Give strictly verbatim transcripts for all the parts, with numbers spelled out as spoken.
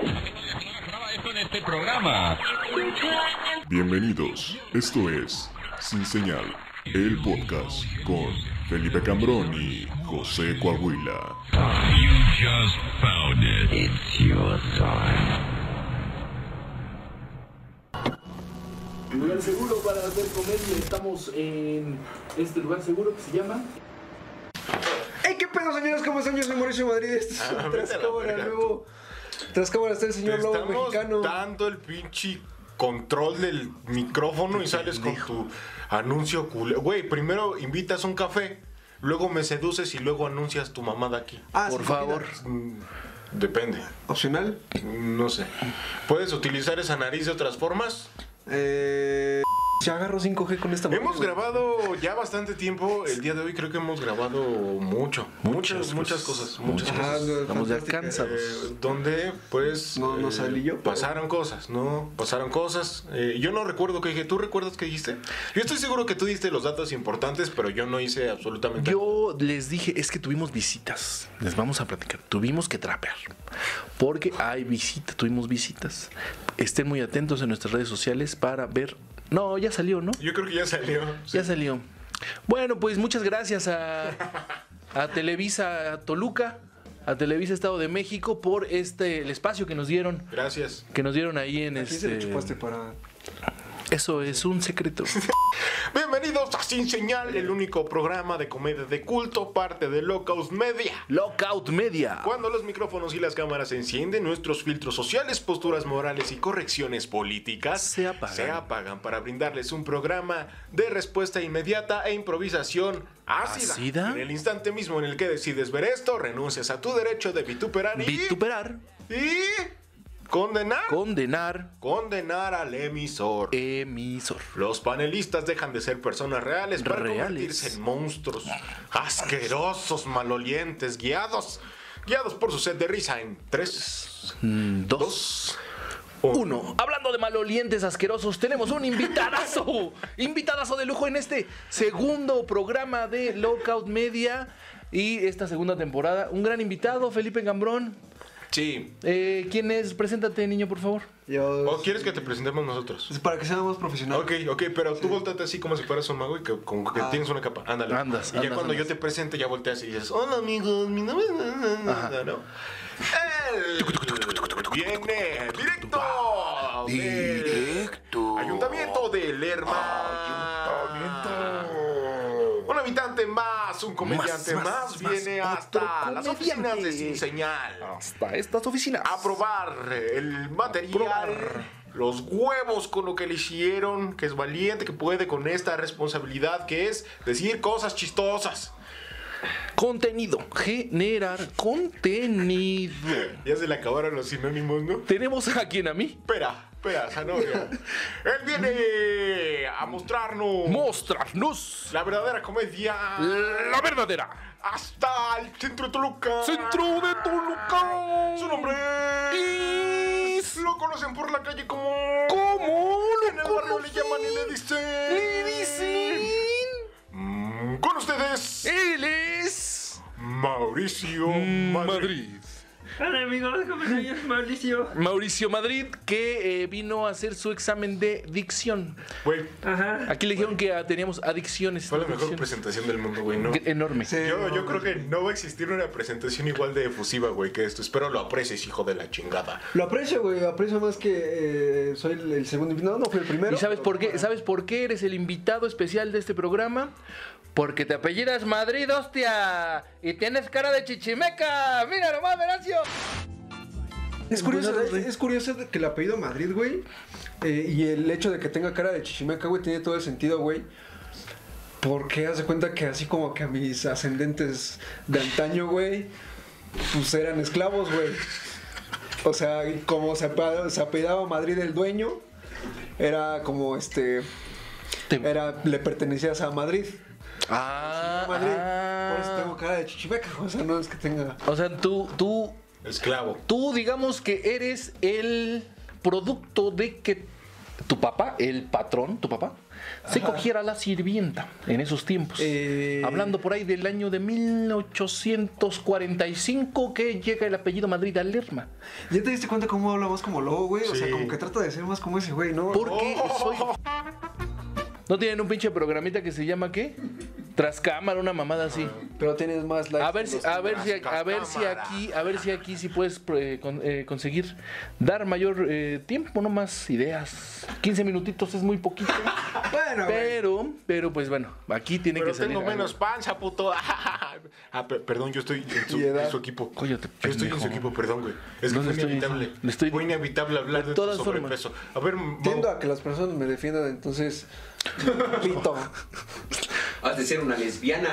En este programa. Bienvenidos, esto es Sin Señal, el podcast con Felipe Cambrón y José Coahuila. You just found it. It's your time. Lugar seguro para hacer comedia. Estamos en este lugar seguro que se llama... ¡Hey, qué pedo, señores! ¿Cómo están? Yo soy Mauricio Madrid. Este es Ah, un vete a la Trascámara verga, nuevo. Trascámara está el señor Te Lobo estamos Mexicano. dando el pinche control del micrófono y sales con tu anuncio culero. Güey, primero invitas un café, luego me seduces y luego anuncias tu mamada aquí. Ah, Por sí, favor. Mm, Depende. ¿Opcional? No sé. ¿Puedes utilizar esa nariz de otras formas? Eh... Ya agarro cinco G con esta madre, Hemos güey. grabado ya bastante tiempo. El día de hoy creo que hemos grabado mucho. Muchas, muchas cosas. Muchas Ajá, cosas. no, Estamos ya fantástica. cansados. Eh, donde pues No, no salí yo, pero- pasaron cosas, ¿no? Pasaron cosas. Eh, yo no recuerdo qué dije. ¿Tú recuerdas qué dijiste? Yo estoy seguro que tú diste los datos importantes, pero yo no hice absolutamente nada. Yo les dije, es que tuvimos visitas. Les vamos a platicar. Tuvimos que trapear. Porque hay visitas, tuvimos visitas. Estén muy atentos en nuestras redes sociales para ver. No, ya salió, ¿no? Yo creo que ya salió. Sí. Ya salió. Bueno, pues muchas gracias a, a Televisa Toluca, a Televisa Estado de México por este el espacio que nos dieron, Gracias. que nos dieron ahí en ¿A quién se le este. chupaste para...? Eso es un secreto. Bienvenidos a Sin Señal, el único programa de comedia de culto, parte de Lockout Media. Lockout Media. Cuando los micrófonos y las cámaras se encienden, nuestros filtros sociales, posturas morales y correcciones políticas Se apagan. se apagan para brindarles un programa de respuesta inmediata e improvisación ácida. ¿Ácida? En el instante mismo en el que decides ver esto, renuncias a tu derecho de vituperar y... Vituperar. y condenar. Condenar. condenar al emisor. Emisor. Los panelistas dejan de ser personas reales para Reales. convertirse en monstruos asquerosos, malolientes, guiados, guiados por su sed de risa en tres, Mm, Dos. dos, Uno. Hablando de malolientes asquerosos, tenemos un invitadazo. invitadazo de lujo en este segundo programa de Lockout Media y esta segunda temporada. Un gran invitado, Felipe Cambrón. Sí. Eh, ¿Quién es? Preséntate, niño, por favor. Yo... ¿O quieres que te presentemos nosotros? Es para que sea más profesional. Ok, ok, pero tú volteate así como si fueras un mago y que, como que Ah. tienes una capa. Ándale. Andas, y ya andas, cuando andas. yo te presente, ya volteas y dices, hola amigos, mi nombre es... Ajá. ¿no? Él viene directo del Directo. Ayuntamiento de Lerma. Un habitante más, un comediante más, Más, más, viene más, hasta otro las comediante. oficinas de Sin Señal Hasta estas oficinas. a probar el material, probar. los huevos con lo que le hicieron, que es valiente, que puede con esta responsabilidad que es decir cosas chistosas. Contenido. Generar contenido. Ya se le acabaron los sinónimos, ¿no? Tenemos a quien a mí. Espera, espera, Zanoria. Él viene a mostrarnos Mostrarnos la verdadera comedia la verdadera. hasta el centro de Toluca. Centro de Toluca. Su nombre es... Lo conocen por la calle como... ¿Cómo En el barrio le llaman y le dicen... Le dicen. Mm, Con ustedes, Él es Mauricio Madrid. Madrid. Hola amigos, ¿cómo están? Yo soy Mauricio. Mauricio Madrid, que eh, vino a hacer su examen de dicción. Güey, Ajá. Aquí le dijeron que ah, teníamos adicciones. fue la no mejor adicciones. presentación del mundo, güey, ¿no? Qué Enorme. Sí, Yo, yo no, creo que no va a existir una presentación igual de efusiva, güey, que esto. Espero lo aprecies, hijo de la chingada. Lo aprecio, güey. Aprecio más que eh, soy el, el segundo invitado. No, fui el primero. ¿Y sabes por qué? ¿Sabes por qué eres el invitado especial de este programa? Porque te apellidas Madrid, hostia. Y tienes cara de chichimeca. Mira nomás, Venancio. Es curioso, Bueno, es, es curioso que el apellido Madrid, güey, eh, y el hecho de que tenga cara de chichimeca, güey, tiene todo el sentido, güey. Porque haz de cuenta que así como que a mis ascendentes de antaño, güey, pues eran esclavos, güey. O sea, y como se, apa- se apellidaba Madrid el dueño, era como este... Te- Era, le pertenecías a Madrid. Ah, Madrid. ah. Por eso tengo cara de chichimeca, o sea, no es que tenga... O sea, tú, tú, Esclavo. tú digamos que eres el producto de que tu papá, el patrón, tu papá, se cogiera a la sirvienta en esos tiempos. Eh. Hablando por ahí del año de mil ochocientos cuarenta y cinco que llega el apellido Madrid a Lerma. ¿Ya te diste cuenta cómo habla más como lobo, güey? O sea, Sí. como que trata de ser más como ese güey, ¿no? Porque soy... ¿No tienen un pinche programita que se llama qué? Tras cámara, una mamada así. Pero tienes más likes. A ver si, a ver si, a ver si aquí, a ver si aquí sí puedes eh, con- eh, conseguir dar mayor eh, tiempo, no más ideas. quince minutitos es muy poquito. Bueno, güey. Pero, pero pues bueno, aquí tiene Pero que salir. tengo menos panza, puto. Ah, per- perdón, yo estoy en su, Y edad. en su equipo. Cállate, yo estoy en su pendejo. equipo, perdón, güey. Es que No, fue le estoy- inevitable. le estoy- Fue inevitable hablar de de, todas tu sobrepeso. A ver, Mau, Tiendo a que las personas me defiendan, entonces. Pito. Has de ser una lesbiana.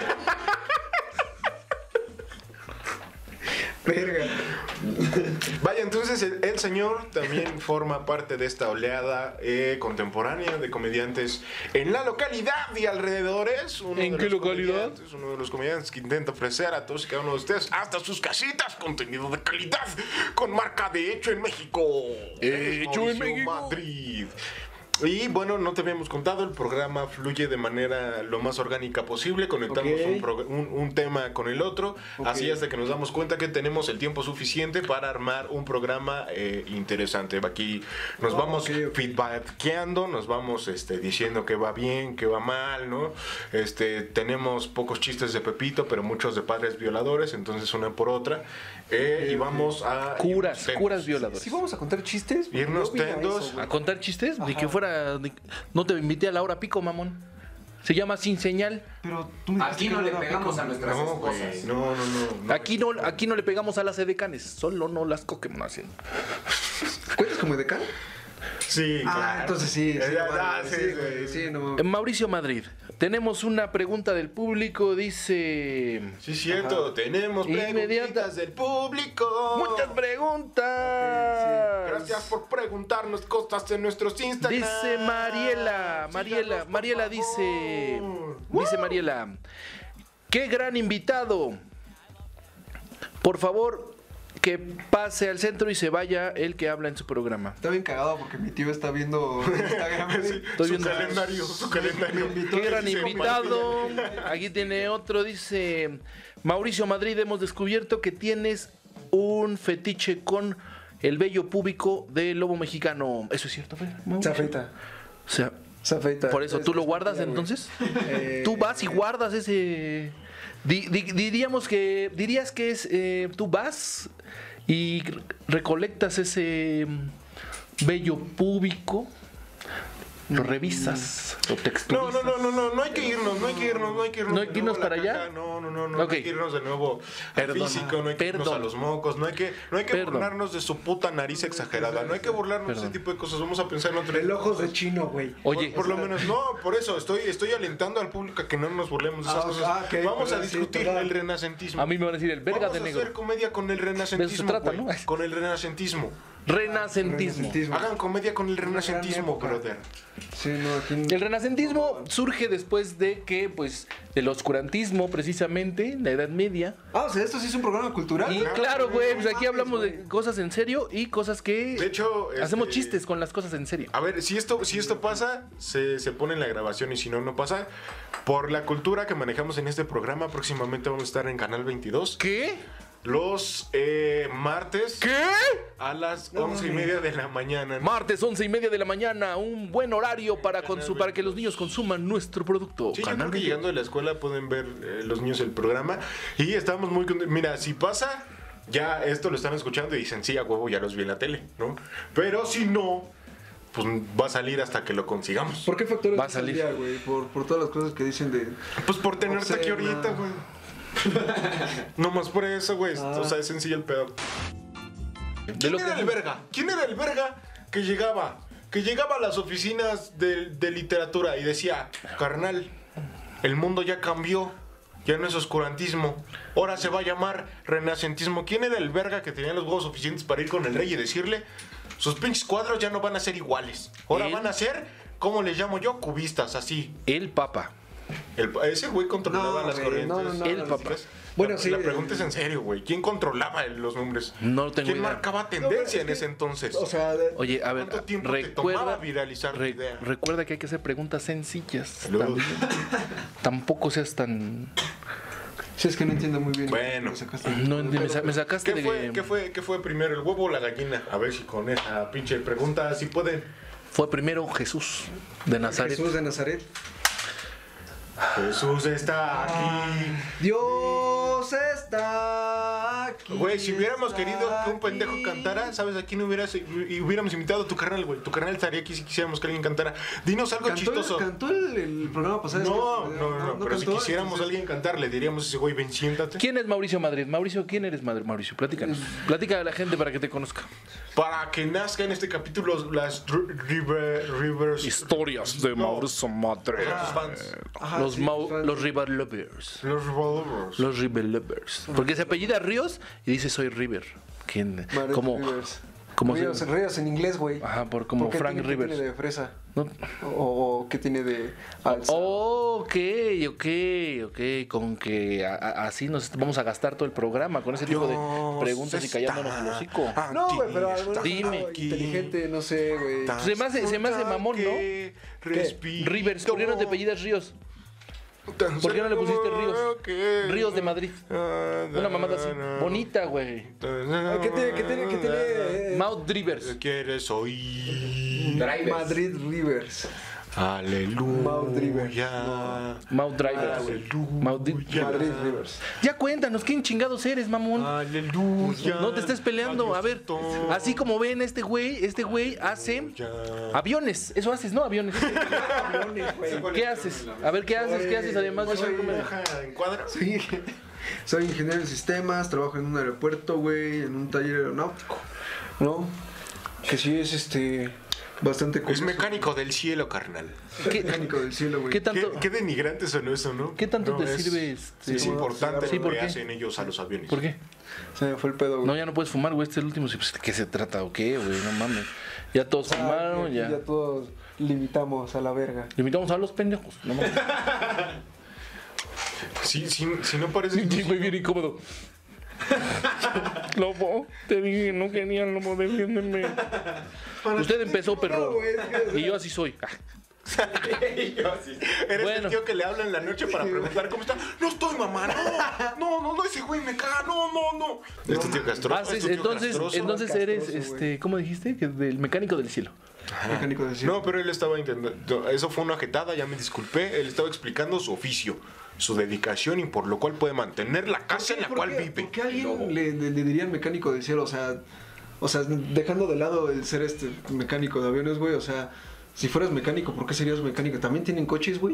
Verga. vaya, entonces el, el señor también forma parte de esta oleada eh, contemporánea de comediantes en la localidad y alrededores. Uno ¿En de qué los localidad? comediantes- Uno de los comediantes que intenta ofrecer a todos y cada uno de ustedes hasta sus casitas contenido de calidad con marca de Hecho en México. Es Hecho en Mauricio México. Madrid. Y bueno, no te habíamos contado, el programa fluye de manera lo más orgánica posible, conectamos Ok. un, prog- un- un tema con el otro, Ok. así hasta que nos damos cuenta que tenemos el tiempo suficiente para armar un programa eh, interesante. Aquí nos Oh, vamos ok, ok. feedbackeando, nos vamos este, diciendo que va bien, que va mal, ¿no? Este, tenemos pocos chistes de Pepito, pero muchos de padres violadores, entonces una por otra. Eh, y vamos a... Curas, irnos tensos. curas violadores. ¿Sí vamos a contar chistes? Irnos Yo opino tendos. eso, güey. ¿A contar chistes? De Ajá. que fuera. de- No te invité a la hora pico, mamón. Se llama Sin Señal. Pero tú me dijiste Aquí que no le era pegamos pico. a nuestras No, esposas. güey, no, no, no, no. Aquí no, aquí no le pegamos a las edecanes, solo no las coquemonas. ¿Cuentas como de acá? Sí, Ah, claro. entonces sí, sí, Eh, no ah, mames, sí, sí, sí, güey, sí. sí, no. Mauricio Madrid, tenemos una pregunta del público, dice... Sí, cierto, tenemos Inmediata. preguntas del público. ¡Muchas preguntas! Gracias por preguntarnos cosas en nuestros Instagram. Dice Mariela, Mariela, Síganos, por Mariela favor. dice... Dice Mariela, ¡qué gran invitado! Por favor, que pase al centro y se vaya el que habla en su programa. Está bien cagado porque mi tío está viendo Instagram. güey. Estoy Su viendo... calendario, su calendario. Qué gran Sí, invitado. Aquí tiene otro, dice Mauricio Madrid, hemos descubierto que tienes un fetiche con el vello púbico del lobo mexicano. ¿Eso es cierto, Mauricio? Se afeita. O sea, Se afeita. por eso, Es- ¿tú lo es guardas peculiar, güey. entonces? Eh, Tú vas y guardas ese... Di- di- diríamos que... Dirías que es... eh, tú vas y recolectas ese mm, vello púbico, lo revisas, lo No, texturizas. no, no, no, no, no hay que irnos, no hay que irnos, no hay que irnos. ¿No hay de que irnos nuevo a para la allá? caca, No, no, no, no, Ok. no hay que irnos de nuevo al Perdona, físico, no hay que irnos a perdón. los mocos, no hay que, no hay que Perdón. burlarnos de su puta nariz exagerada, no hay que burlarnos de Perdón. ese tipo de cosas, vamos a pensar en otro El ojos de chino, güey. Oye, Por, por lo menos, no, por eso estoy, estoy alentando al público a que no nos burlemos de esas Ah, cosas. ah, ok, Vamos a perdón, sí, discutir perdón. el renacentismo. a mí me van a decir el verga Vamos de a negro. hacer comedia con el renacentismo. trata, güey, ¿no? Con el renacentismo. Renacentismo. Renacentismo. Hagan comedia con el renacentismo, época. brother. Sí, no, aquí. El renacentismo surge después de que, pues, del oscurantismo, precisamente, la Edad Media. Ah, o sea, esto sí es un programa cultural. Y Claro, claro, güey, güey, no pues aquí mames, hablamos de güey. cosas en serio y cosas que De hecho, hacemos este, chistes con las cosas en serio. A ver, si esto, si esto pasa, se, se pone en la grabación y si no, no pasa. Por la cultura que manejamos en este programa, próximamente vamos a estar en Canal veintidós. ¿Qué? Los eh, martes ¿Qué? a las once y media de la mañana. Martes, once y media de la mañana, un buen horario para, consu- para que los niños consuman nuestro producto. Sí, yo Canal creo que veintidós. llegando de la escuela pueden ver eh, los niños el programa. Y estamos muy contentos. Mira, si pasa, ya esto lo están escuchando y dicen, sí, a huevo, ya los vi en la tele, ¿no? Pero si no, pues va a salir hasta que lo consigamos. ¿Por qué factores Va a de salir. día, güey? Por, por todas las cosas que dicen de. Pues por tenerte aquí Obscena. ahorita, güey. No más por eso, güey. Ah. O sea, es sencillo el pedo. De ¿Quién lo era que- el verga? ¿Quién era el verga que llegaba? Que llegaba a las oficinas de, de literatura y decía, carnal, el mundo ya cambió, ya no es oscurantismo, ahora se va a llamar renacentismo. ¿Quién era el verga que tenía los huevos suficientes para ir con el rey y decirle, sus pinches cuadros ya no van a ser iguales, ahora Él- van a ser, ¿cómo les llamo yo? Cubistas, así. El Papa. El- ese güey controlaba No, las güey, corrientes. no, no, no, El no, Papa. Bueno, la, sí. La pregunta es en serio, güey. ¿Quién controlaba los nombres? No lo tengo ¿Quién idea. marcaba tendencia en ese entonces? O sea, de- Oye, a ver, ¿Cuánto tiempo te tomaba recuerda, viralizar tu re- idea? recuerda que hay que hacer preguntas sencillas. Salud. También. Tampoco seas tan... sí, es que no entiendo muy bien. Bueno. Me sacaste- No, me, sa- me sacaste ¿Qué de... fue, ¿Qué fue, qué fue primero, el huevo o la gallina? A ver si con esa pinche pregunta sí pueden. Fue primero Jesús de Nazaret. Jesús de Nazaret. Jesús está aquí. Dios está aquí. Güey, si hubiéramos está querido que un pendejo aquí. cantara, ¿sabes? Aquí no hubieras y hubiéramos invitado a tu carnal, güey. Tu carnal estaría aquí si quisiéramos que alguien cantara. Dinos algo ¿Cantó, chistoso. ¿Cantó el, el programa pasado? No, Es que- no, no, no, pero si cantó, quisiéramos a entonces- alguien cantar, le diríamos a ese güey, ven, siéntate. ¿Quién es Mauricio Madrid? Mauricio, ¿quién eres Madrid? Mauricio, platícanos. Platica a la gente para que te conozca. Para que nazca en este capítulo las r- river, rivers. Historias de No. Mauricio Madrid. Tus fans. Ajá, Los, sí, Mau- fan. los River Lovers. Los revolvers. Los River Lovers. Porque se apellida Ríos y dice soy River. ¿Quién? Madrid Como, Rivers. como Ríos, se- Ríos en inglés, güey. Ajá, por, como ¿Por qué Frank tiene, qué Rivers. tiene de fresa? ¿No? O, o qué tiene de alza. Oh, ok, ok, ok. Con que a- a- así nos vamos a gastar todo el programa con ese tipo de preguntas y callándonos el hocico. No, güey, pero algo Dime. inteligente, no sé, güey. Pues se me hace- se me hace mamón, ¿no? Respiro. Rivers, ¿por qué no te apellidas Ríos? ¿Por qué no le pusiste Ríos? Ríos de Madrid. Una mamada así. Bonita, güey. Ah, ¿Qué tiene? ¿Qué tiene? ¿Qué tiene? eh, Mouth Rivers. ¿Quieres oír? Drivers. Madrid Rivers. Aleluya. Mouth Rivers. Mouth Drivers. Mouth Di- Madrid Rivers. Ya cuéntanos, ¿quién chingados eres, mamón? Aleluya. No te estés peleando. A ver, así como ven, este güey, este güey hace aviones. Eso haces, ¿no? Aviones. ¿Qué haces? A ver, ¿qué haces? ¿Qué haces además de ser comedia? ¿En cuadra? Sí. Soy ingeniero en sistemas, trabajo en un aeropuerto, güey, en un taller aeronáutico. ¿No? Que sí es este bastante Es curioso. mecánico del cielo, carnal. ¿Qué, Mecánico del cielo, güey. qué tanto, Qué, qué denigrante sonó eso, ¿no? ¿Qué tanto No, te es- sirve este? Es importante Sí, lo ¿por que qué? hacen ellos a los aviones. ¿Por qué? Se me fue el pedo, güey. No, ya no puedes fumar, güey. Este es el último. Pues, ¿de qué se trata o qué, güey? No mames. Ya todos Ah, fumaron, aquí ya. ya todos limitamos a la verga. Limitamos a los pendejos. No mames. Sí, sí, sí, no parece. Sí, güey, bien incómodo. Lobo, te dije, no quería el lobo, defiéndeme. Usted empezó, perro. No, güey, es que- Y yo así soy. Ah, Eres Bueno. el tío que le habla en la noche para preguntar cómo está. No estoy, mamá, no. No, no, no, ese güey me caga. No, no, no. Este tío castroso. haces- este tío entonces, castroso. entonces eres, castroso, este, ¿cómo dijiste? Que del mecánico del cielo. Mecánico del cielo. No, pero él estaba intentando. Eso fue una jetada, ya me disculpé. Él estaba explicando su oficio, su dedicación y por lo cual puede mantener la casa en la ¿Por cual qué- vive. ¿Por qué a alguien le, le- le dirían mecánico del cielo? O sea, o sea, dejando de lado el ser este mecánico de aviones, güey. O sea, si fueras mecánico, ¿por qué serías mecánico? ¿También tienen coches, güey?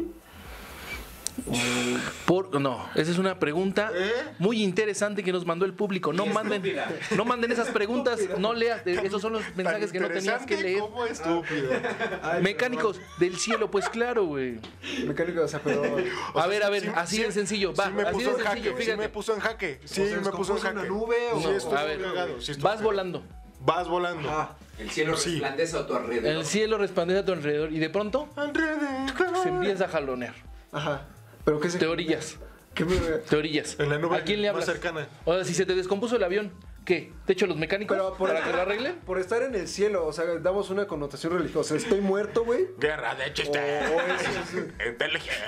Por, no, esa es una pregunta ¿Eh? muy interesante que nos mandó el público. No manden, no manden esas preguntas, no leas. eh, Esos son los mensajes que no tenías que Interesante leer. como estúpido. Ay, Mecánicos del cielo, pues claro, güey. Mecánico, o sea, pero... O A sea, ver, a ver, sí- así sí- de sencillo. Va, sí me así puso de en jaque, sencillo, sí fíjate. me puso en jaque. Sí, O sea, me puso en ¿descompuso jaque. una nube o- Sí, estuvo A ver, cagado, sí estuvo vas cagado. volando. Vas volando. Ah, El cielo Sí. resplandece a tu alrededor. El cielo resplandece a tu alrededor y de pronto se empieza a jalonear. ajá. ¿Pero qué se... Te orillas, ¿Qué me... te orillas. En la nube ¿A quién le más hablas? cercana. O sea, si se te descompuso el avión, ¿qué? ¿Te echo los mecánicos Pero por, para que lo arreglen? por estar en el cielo, o sea, damos una connotación religiosa. ¿Estoy muerto, güey? Guerra de O, chistes. o es- Inteligente.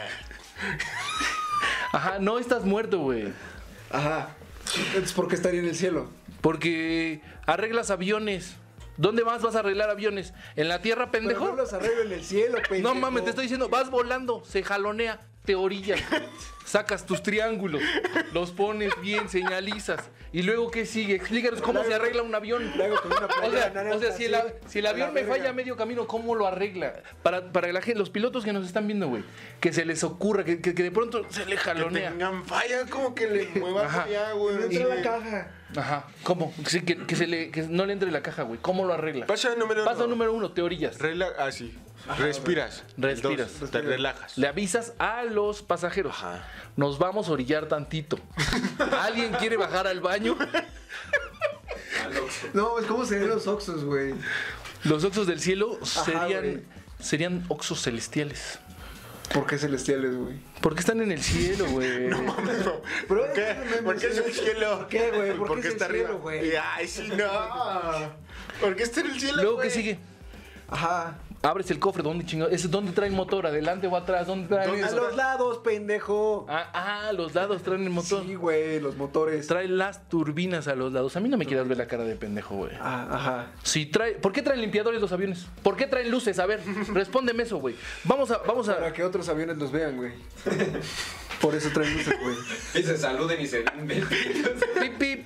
Ajá, no estás muerto, güey. Ajá. Es porque estaría en el cielo. Porque arreglas aviones. ¿Dónde más vas a arreglar aviones? ¿En la tierra, Pero pendejo? no los arreglo en el cielo, pendejo. No mames, te estoy diciendo, vas volando, se jalonea, te orillas, sacas tus triángulos, los pones bien, señalizas. ¿Y luego qué sigue? Explícanos cómo se arregla un avión. Lo hago con una O playera sea, naranja, o sea si, el, así, si el a avión la me verga. falla a medio camino, ¿cómo lo arregla? Para, para la gente, los pilotos que nos están viendo, güey, que se les ocurra, que, que, que de pronto se le Que jalonea. tengan falla, como que le muevan Ajá. allá, güey. No entra la caja. Ajá, ¿cómo? Sí, que, que se le, que no le entre la caja, güey. ¿Cómo lo arregla? Paso número uno. Paso número uno, te orillas. Rela ah, sí. Respiras. Respiras. Dos, te relajas. Le avisas a los pasajeros. Ajá. Nos vamos a orillar tantito. ¿Alguien quiere bajar al baño? No, es como serían los Oxos, güey. Los oxos del cielo Ajá, serían, güey. serían oxos celestiales. ¿Por qué celestiales, güey? Porque están en el cielo, güey. No mames, no. Bro, ¿Por qué? es que me ¿Por qué es el emocioné. cielo? ¿Por qué, güey? ¿Por Porque qué es está el cielo, arriba. güey? Ay, sí, no. ¿Por qué está en el cielo, Luego, güey? ¿qué sigue? Ajá. Abres el cofre, ¿dónde chingado? ¿Ese dónde trae el motor? ¿Adelante o atrás? ¿Dónde trae ¿Dónde A eso? los lados, pendejo. Ah, ah, los lados traen el motor. Sí, güey, los motores. Trae las turbinas a los lados. A mí no me quieras ver la cara de pendejo, güey. Ah, ajá. Si trae, ¿por qué traen limpiadores los aviones? ¿Por qué traen luces? A ver, respóndeme eso, güey. Vamos a, vamos Para a. que otros aviones los vean, güey. Por eso traen luces, güey. Y se saluden y se den Pip, pip.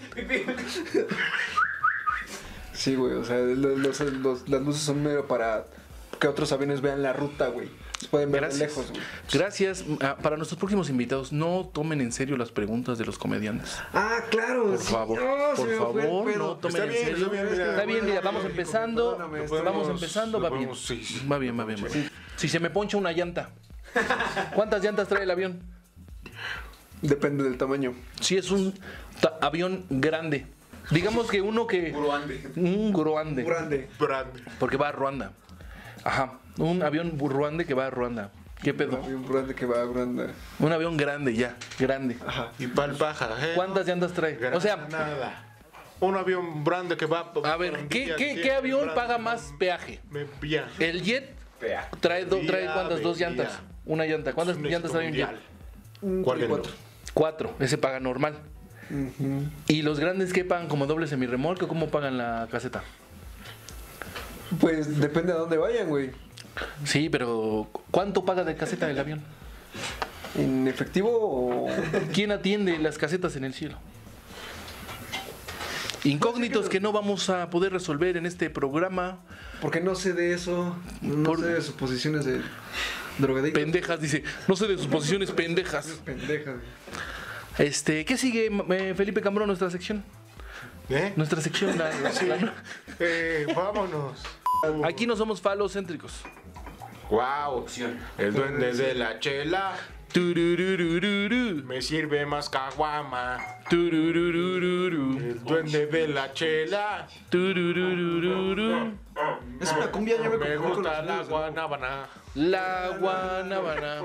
Sí, güey, o sea, los- los- los- las luces son mero para que otros aviones vean la ruta, güey. Se pueden ver de Gracias. lejos, güey. Gracias. Ah, para nuestros próximos invitados, no tomen en serio las preguntas de los comediantes. Ah, claro. Por sí. favor, No, se por me fue el favor, pedo. no tomen Está en bien, serio. está bien, mira. Está bien, mira, vamos Perdóname, empezando. perdóname, Lo está Vamos podemos- empezando, lo va bien. podemos- sí, sí. Va bien, va bien, va bien. Si se me poncha una llanta, ¿cuántas llantas trae el avión? Depende del tamaño. Si es un ta- avión grande. Digamos que uno que... Gruande. Un gruande. Grande. Brand. Porque va a Ruanda. Ajá. Un avión ruande que va a Ruanda. ¿Qué pedo? Un avión grande que va a grande. Un avión grande ya. Grande. Ajá. Y pal baja, ¿eh? ¿Cuántas llantas trae? O sea, Nada. Un avión brand que va... a ver, ¿qué, qué, qué avión paga más peaje? Me vía. El jet Fea. trae, do- trae Vía, ¿cuántas? Dos vía. llantas. Una llanta. ¿Cuántas Es un llantas éxito trae un jet? mundial. ¿Cuál cuatro. Cuatro. Ese paga normal. ¿Y los grandes qué pagan? ¿Como doble semirremolque o cómo pagan la caseta? Pues depende a dónde vayan, güey. Sí, pero ¿cuánto paga de caseta el avión? ¿En efectivo o...? ¿Quién atiende las casetas en el cielo? Incógnitos que no vamos a poder resolver en este programa. Porque no sé de eso. No Por- sé de suposiciones de drogadictos. Pendejas, dice. No sé de sus posiciones pendejas. Pendejas. Este, ¿qué sigue, eh, Felipe Cambrón, nuestra sección? ¿Eh? Nuestra sección, la- la- la- Eh, vámonos. aquí no somos falocéntricos. Wow. El duende de la chela Turururururu, me sirve más caguama. turururururu, El duende de la chela turururururu. Es una cumbia, yo me me confundí con gusta los la amigos, ¿no? guanábana. La guanábana.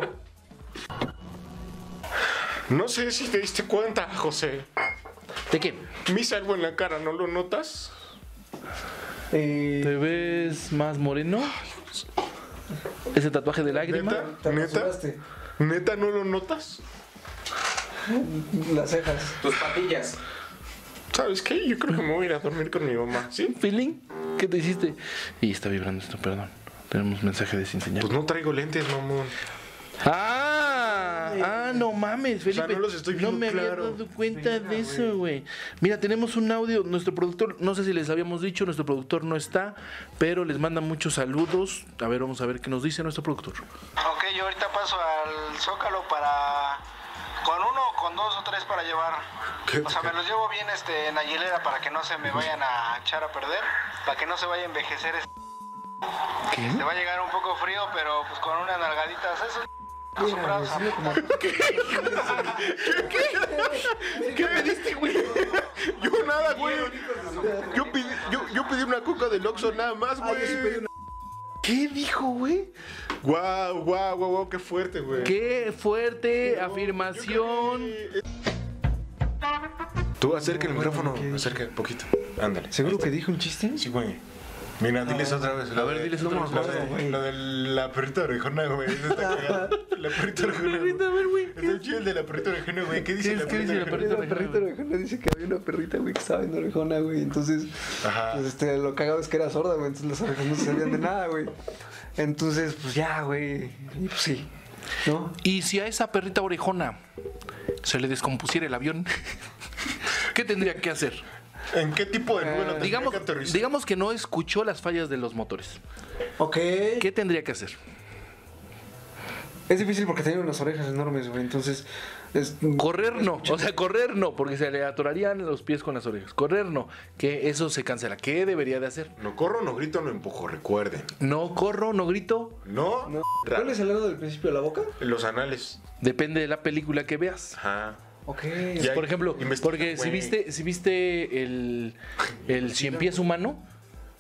No sé si te diste cuenta, José. ¿De qué? Me hice algo en la cara, ¿no lo notas? Eh, ¿Te ves más moreno? ¿Ese tatuaje de lágrima? ¿Neta? ¿Te ¿Neta? rasuraste? ¿Neta no lo notas? Las cejas. Tus patillas. ¿Sabes qué? Yo creo que me voy a ir a dormir con mi mamá, ¿sí? ¿Feeling? ¿Qué te hiciste? Y está vibrando esto, perdón. Tenemos mensaje de sin señal. Pues no traigo lentes, mamón. Ah, ah, no mames, Felipe. no los estoy viendo No me había claro. dado cuenta de eso, güey. Mira, tenemos un audio. Nuestro productor, no sé si les habíamos dicho, nuestro productor no está, pero les manda muchos saludos. A ver, vamos a ver qué nos dice nuestro productor. Ok, yo ahorita paso al Zócalo para... Con uno o con dos o tres para llevar. ¿Qué? O sea, me los llevo bien este, en la hielera para que no se me vayan a echar a perder. Para que no se vaya a envejecer. ¿Qué? Le va a llegar un poco frío, pero pues con unas nalgaditas. Eso acostumbrados a... ¿Qué me diste, güey? Yo nada, güey. Yo pedí, yo, yo pedí una coca del Oxxo nada más, güey. ¿Qué dijo, güey? Guau, guau, guau, guau, qué fuerte, güey. Qué fuerte afirmación. Tú acerca el micrófono, acerca un poquito. Ándale. ¿Seguro que dijo un chiste? Sí, güey. Mira, diles otra vez. A ver, diles otra vez. Lo de, lo de la perrita orejona, güey. Eso está cagado. La perrita orejona. Perrita, a ver, güey. Está chido el de la perrita orejona, güey. ¿Qué dice ¿Qué la es- qué dice la perrita perrita? orejona? La perrita orejona dice que había una perrita, güey, que estaba en orejona, güey. Entonces, Ajá. pues este, lo cagado es que era sorda, güey. Entonces las orejas no se sabían de nada, güey. Entonces, pues ya, güey. Y pues sí. ¿No? Y si a esa perrita orejona se le descompusiera el avión, ¿qué tendría que hacer? ¿En qué tipo de vuelo tendría Digamos, que aterrizar? digamos que no escuchó las fallas de los motores. Ok. ¿Qué tendría que hacer? Es difícil porque tenía unas orejas enormes, güey. Entonces, es... Correr no, o sea, correr no, porque se le atorarían los pies con las orejas. Correr no, que eso se cancela. ¿Qué debería de hacer? No corro, no grito, no empujo, recuerden. No corro, no grito, No, No. Ra- ¿Cuál es el lado del principio de la boca? Los anales. depende de la película que veas. Ajá. Ok. Ya. Por ejemplo, Investiga, porque si güey. viste, si viste el, el cien pies humano,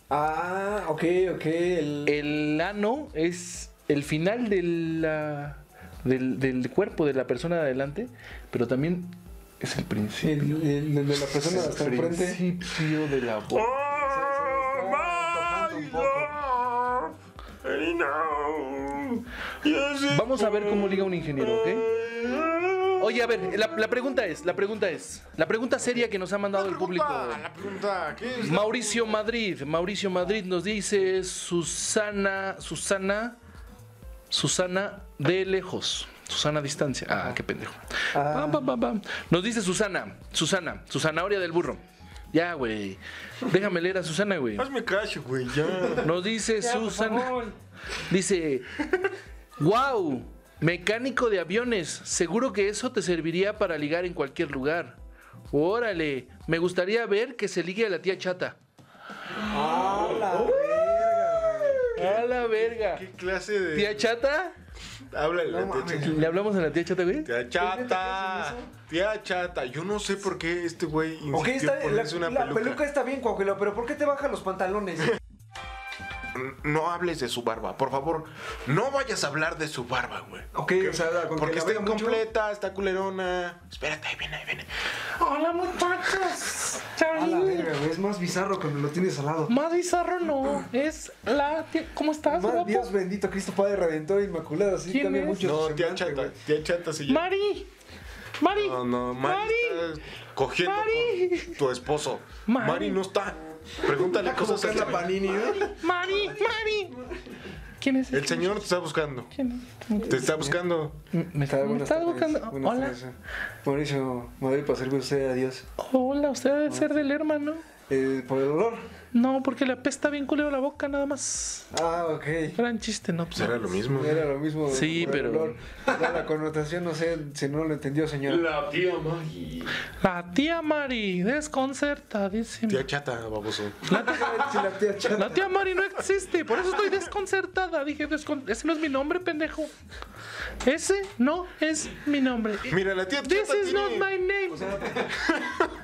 Ah, ok, ok. El... el ano es el final de la del, del cuerpo de la persona de adelante, pero también es el principio. El, el- el de la persona hasta el enfrente. principio de la boca. Vamos a ver cómo liga un ingeniero, ¿ok? Oye, a ver, la, la pregunta es, la pregunta es, la pregunta seria que nos ha mandado el público. La pregunta, ¿qué es? Mauricio Madrid, Mauricio Madrid nos dice Susana, Susana, Susana de lejos, Susana a distancia. Ah, qué pendejo. Pam, pam, pam, pam. Nos dice Susana, Susana, su zanahoria del burro. Ya, güey. Déjame leer a Susana, güey. Hazme cacho, güey, ya. Nos dice Susana. Dice, wow, mecánico de aviones. Seguro que eso te serviría para ligar en cualquier lugar. Órale, me gustaría ver que se ligue a la tía chata. ¡Ah, la verga! A la verga. ¿Qué clase de...? ¿Tía chata? Háblale, No tía mames. chata. ¿Le hablamos a la tía chata, güey? Tía chata. Tía chata. Yo no sé por qué este güey insistió Ok, está, en la, ponerse una la peluca. peluca está bien, Coahuila, pero ¿por qué te bajan los pantalones? No hables de su barba, por favor. No vayas a hablar de su barba, güey. Ok, o sea, con que Porque la está vea mucho. incompleta, está culerona. Espérate, ahí viene, ahí viene. Hola, muchachos. A la verga, güey, es más bizarro cuando lo tienes al lado. Más bizarro no, es la tía. ¿Cómo estás, Más guapo? Dios bendito, Cristo Padre Redentor Inmaculado, así ¿Quién cambia es? mucho No, su tía semblante, chata. güey. Tía chata se llama. Mari, Mari. No, no, Mari, Mari. está cogiendo Mari. con tu esposo. Mari. Mari, no está. Pregúntale Como cosas Carla al Panini, ¿no? Mari, Mari. ¿Quién es? El señor te está buscando. ¿Quién es? Te está buscando. Me, me Está- está buenas tardes, buscando. buenas Hola. tardes. Mauricio Madrid, para servirle a usted, adiós. Hola, usted debe ser del hermano. Eh, ¿Por el olor? No, porque le apesta bien culero la boca, nada más. Ah, ok. Gran chiste, ¿no? Pues, Era lo mismo. Era lo mismo. Sí, por el pero- olor. Ya la connotación, no sé si no lo entendió, señor. La tía Mari. la tía Mari, desconcertadísima. Tía chata, baboso. Si la tía chata. La tía Mari no existe, por eso estoy desconcertada. Dije, descon- ese no es mi nombre, pendejo. Ese no es mi nombre. Mira, la tía This chata is not tiene... my name.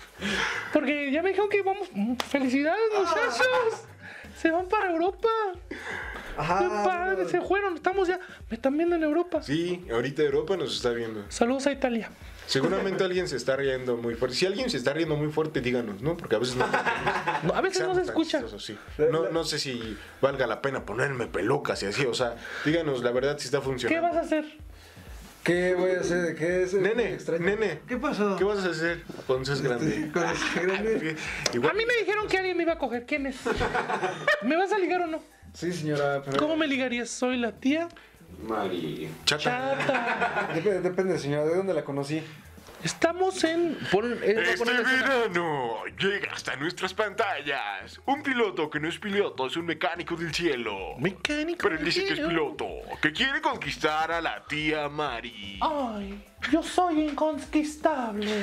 Porque ya me dijeron que vamos. ¡Felicidades, muchachos! Se van para Europa. ¡Qué Ajá. padre! Se fueron, estamos ya. Me están viendo en Europa. Sí, ahorita Europa nos está viendo. Saludos a Italia. Seguramente alguien se está riendo muy fuerte. Si alguien se está riendo muy fuerte, díganos, ¿no? Porque a veces no... No, a veces no se escucha. Chistoso, sí. No, no sé si valga la pena ponerme pelucas y así. O sea, díganos la verdad si está ¿Qué funcionando. vas a hacer? ¿Qué voy a hacer? ¿Qué es? Nene, extraño. nene. ¿Qué pasó? ¿Qué vas a hacer cuando seas grande? Con ese grande. Igual- A mí me dijeron que alguien me iba a coger. ¿Quién es? ¿Me vas a ligar o no? Sí, señora, pero... ¿Cómo me ligarías? Soy la tía Mari. Chata. Chata. Depende, depende, señora, ¿de dónde la conocí? Estamos en. Pon, eh, voy a Este poner la escena. verano llega hasta nuestras pantallas un piloto que no es piloto, es un mecánico del cielo. Mecánico. Pero él dice que es ligero. piloto, que quiere conquistar a la tía Mari. Ay, yo soy inconquistable.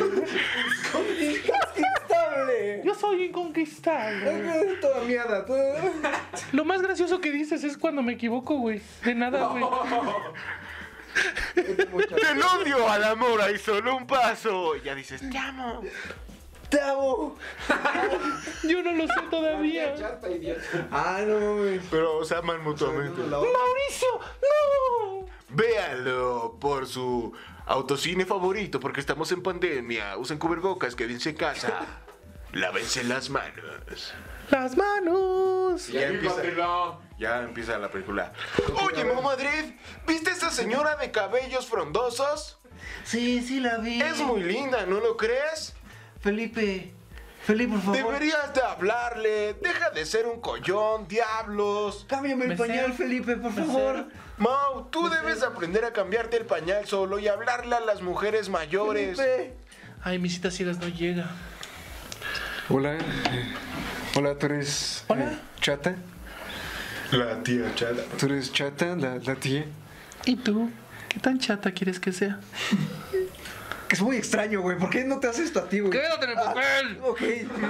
¡Inconquistable! Yo soy inconquistable. Toda miada, toda... Lo más gracioso que dices es cuando me equivoco, güey. De nada, güey. Del odio al amor hay solo un paso. Y ya dices, te amo. ¡Te amo! Yo no lo sé todavía. Chata, idiota. Ah, no mames. Pero se aman mutuamente. Mauricio, no. Véanlo por su autocine favorito, porque estamos en pandemia. Usen cubrebocas, quédense en casa. Lávense las manos. Las manos. Ya empieza, ya empieza la película. Oye, Mo Madrid, ¿viste a esa señora de cabellos frondosos? Sí, sí la vi. Es muy linda, ¿no lo crees? Felipe. Felipe, por favor. Deberías de hablarle. Deja de ser un collón, diablos. Cámbiame el Mesero. pañal, Felipe, por favor. Mau, tú debes aprender a cambiarte el pañal solo y hablarle a las mujeres mayores. Felipe. Ay, mi cita ciegas no llega. Hola. eh, Hola, ¿tú eres... Hola. eh, chata? La tía chata. ¿Tú eres chata, la, la tía? ¿Y tú? ¿Qué tan chata quieres que sea? Que es muy extraño, güey. ¿Por qué no te haces esto a ti, güey? Quédate en el papel. Ok.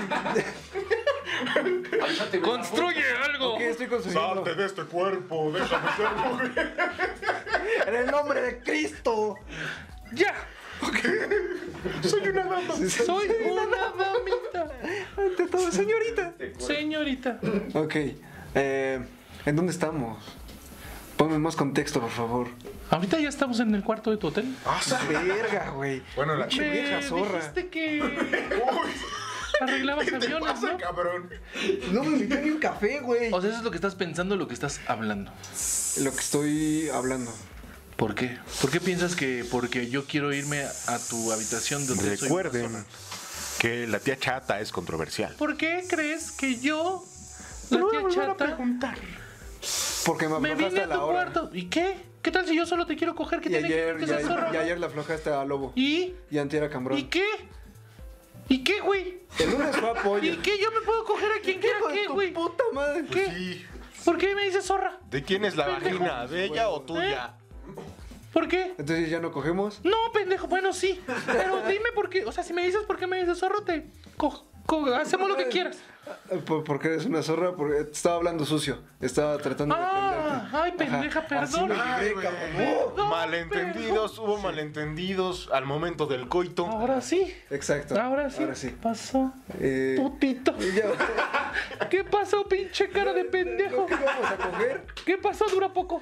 Construye algo. Ok, estoy construyendo. Salte de este cuerpo, déjame ser mujer. En el nombre de Cristo. Ya. Soy una dama. Soy una damita. Ante todo, señorita. Señorita. Ok. Eh, ¿En dónde estamos? Ponme más contexto, por favor. Ahorita ya estamos en el cuarto de tu hotel. ¡Ah, verga, güey! Bueno, la Pinche vieja zorra. dijiste que arreglabas ¿Qué te aviones, pasa, ¿no? cabrón? No me invité ni un café, güey. O sea, eso es lo que estás pensando, lo que estás hablando. Lo que estoy hablando. ¿Por qué? ¿Por qué piensas que porque yo quiero irme a tu habitación donde soy una Recuerden zorra? que la tía chata es controversial. ¿Por qué crees que yo, la tía chata, Porque me me aflojaste vine a a la tu hora. cuarto? ¿Y qué? ¿Qué tal si yo solo te quiero coger? ¿Qué Y tiene ayer, que y, ser zorra? y ayer le aflojaste a Lobo. ¿Y? Y antier a Cambrón. ¿Y qué? ¿Y qué, güey? El lunes fue apoyo. ¿Y qué? Yo me puedo coger a quien quiera, Hijo de ¿qué, tu güey? puta madre. ¿Qué? Sí. ¿Por qué me dices zorra? ¿De quién es la Pendejo. vagina? ¿De ella o tuya? ¿Por qué? Entonces ya no cogemos. No, pendejo, bueno, sí. Pero dime por qué. O sea, si me dices por qué me dices zorro, te co- co- hacemos lo que quieras. Por- Porque eres una zorra, porque te estaba hablando sucio. Estaba tratando de Ah, prenderte. ay, pendeja, Ajá, así perdón. me libré, güey. cabrón. No, Malentendidos, hubo malentendidos al momento del coito. Ahora sí. Exacto. Ahora sí. Ahora sí. Pasó. Eh, Putito. ya. ¿Qué pasó, pinche cara de pendejo? ¿Qué vamos a coger? ¿Qué pasó? Dura poco.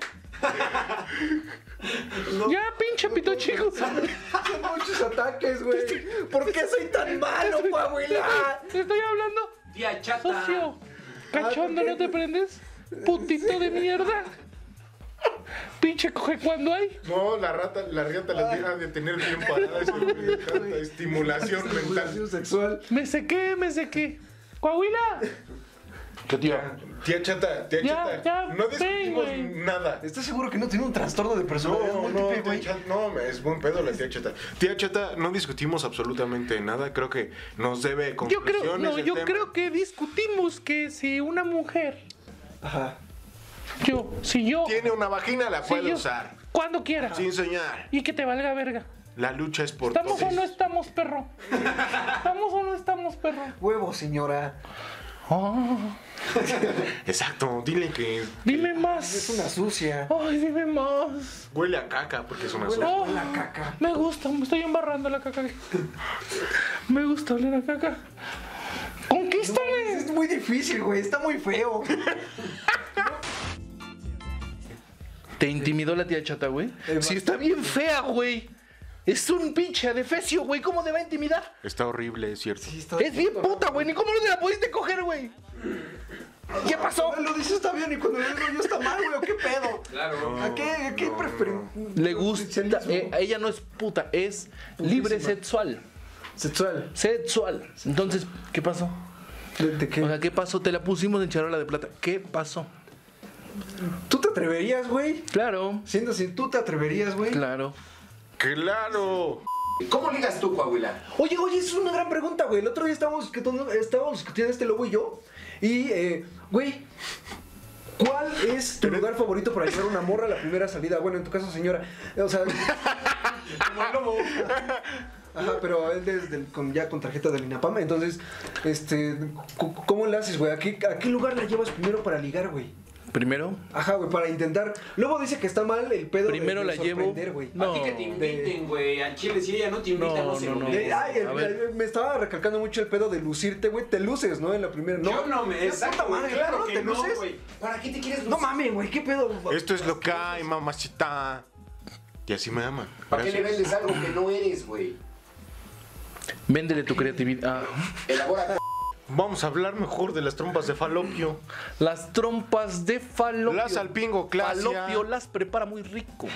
Ya, pinche pito chico. Son muchos ataques, güey. ¿Por qué soy tan malo, abuela? Te estoy hablando. Tía chata. Socio. Cachondo, ¿no te prendes? Putito de mierda. Pinche coge cuando hay. No, la rata, la riata las deja de tener bien paradas. güey. Tanta estimulación mental. Estimulación sexual. Me sequé, me sequé. Coahuila. ¿Qué tío? Tía chata, tía Ya, chata. ya, no discutimos ven, güey. nada. ¿Estás seguro que no tiene un trastorno de personalidad No, no, múltiple, tía güey? chata, no, es buen pedo la tía chata. Tía chata, no discutimos absolutamente nada. Creo que nos debe Yo conclusiones creo, no, el yo tema. creo que discutimos que si una mujer, Ajá. yo, si yo, Tiene una vagina, la si puede yo, usar. cuando quiera, Sin soñar. y que te valga verga. La lucha es por ¿Estamos todos. o no estamos, perro? ¿Estamos o no estamos, perro? Huevo, señora. Ah, Exacto, dile que dime Es más. una sucia. Ay, dime más. huele a caca porque es una Huele sola. Oh, a la caca. me gusta, me estoy embarrando la caca. Me gusta oler a caca. Conquístame. Es muy difícil, güey. Está muy feo. ¿Te intimidó la tía chata, güey? Sí, está bien fea, güey. Es un pinche adefesio, güey. ¿Cómo te va a intimidar? Está horrible, es cierto. Sí, está Es bien puta, güey. Ni cómo no te la pudiste coger, güey. ¿Qué pasó? Lo dices está bien y cuando lo digo yo está mal, güey. ¿O qué pedo? Claro. ¿A qué, a qué preferencia? Le gusta. eh, ella no es puta, es libre sexual. Sexual. Sexual. Entonces, ¿qué pasó? ¿De, de qué? O sea, ¿qué pasó? Te la pusimos en charola de plata. ¿Qué pasó? ¿Tú te atreverías, güey? Claro, Siendo así, ¿tú te atreverías, güey? claro. ¡Claro! ¿Cómo ligas tú, Coahuila? Oye, oye, esa es una gran pregunta, güey. El otro día estábamos, estábamos discutiendo este Lobo y yo. Y, eh, güey, ¿cuál es tu lugar favorito para llevar una morra a la primera salida? Bueno, en tu caso, señora. O sea, como el Lobo. Ajá, pero él desde el- con, ya con tarjeta del INAPAM. Entonces, este, c- ¿cómo le haces, güey? ¿A qué, ¿A qué lugar la llevas primero para ligar, güey? Primero, Ajá, güey, para intentar. Luego dice que está mal el pedo. de- primero de la llevo. sorprender, güey. No, a ti que te inviten, güey. Al chile, si ella no te invita, No, no, se no, lo no. merece. De- ay, el- A ver. el- me estaba recalcando mucho el pedo de lucirte, güey. Te luces, ¿no? En la primera. No, Yo no me... ¿Qué Exacto, puta madre, claro ¿no? que ¿Te no, luces? güey. ¿Para qué te quieres No lucir? mames, güey, ¿qué pedo? Esto es lo que hay, mamacita. Y así me aman. ¿Para qué le Gracias. vendes algo que no eres, güey? véndele tu creatividad. Ah. Elabora... Vamos a hablar mejor de las trompas de falopio. Las trompas de falopio. La salpingoclasia. Falopio las prepara muy rico.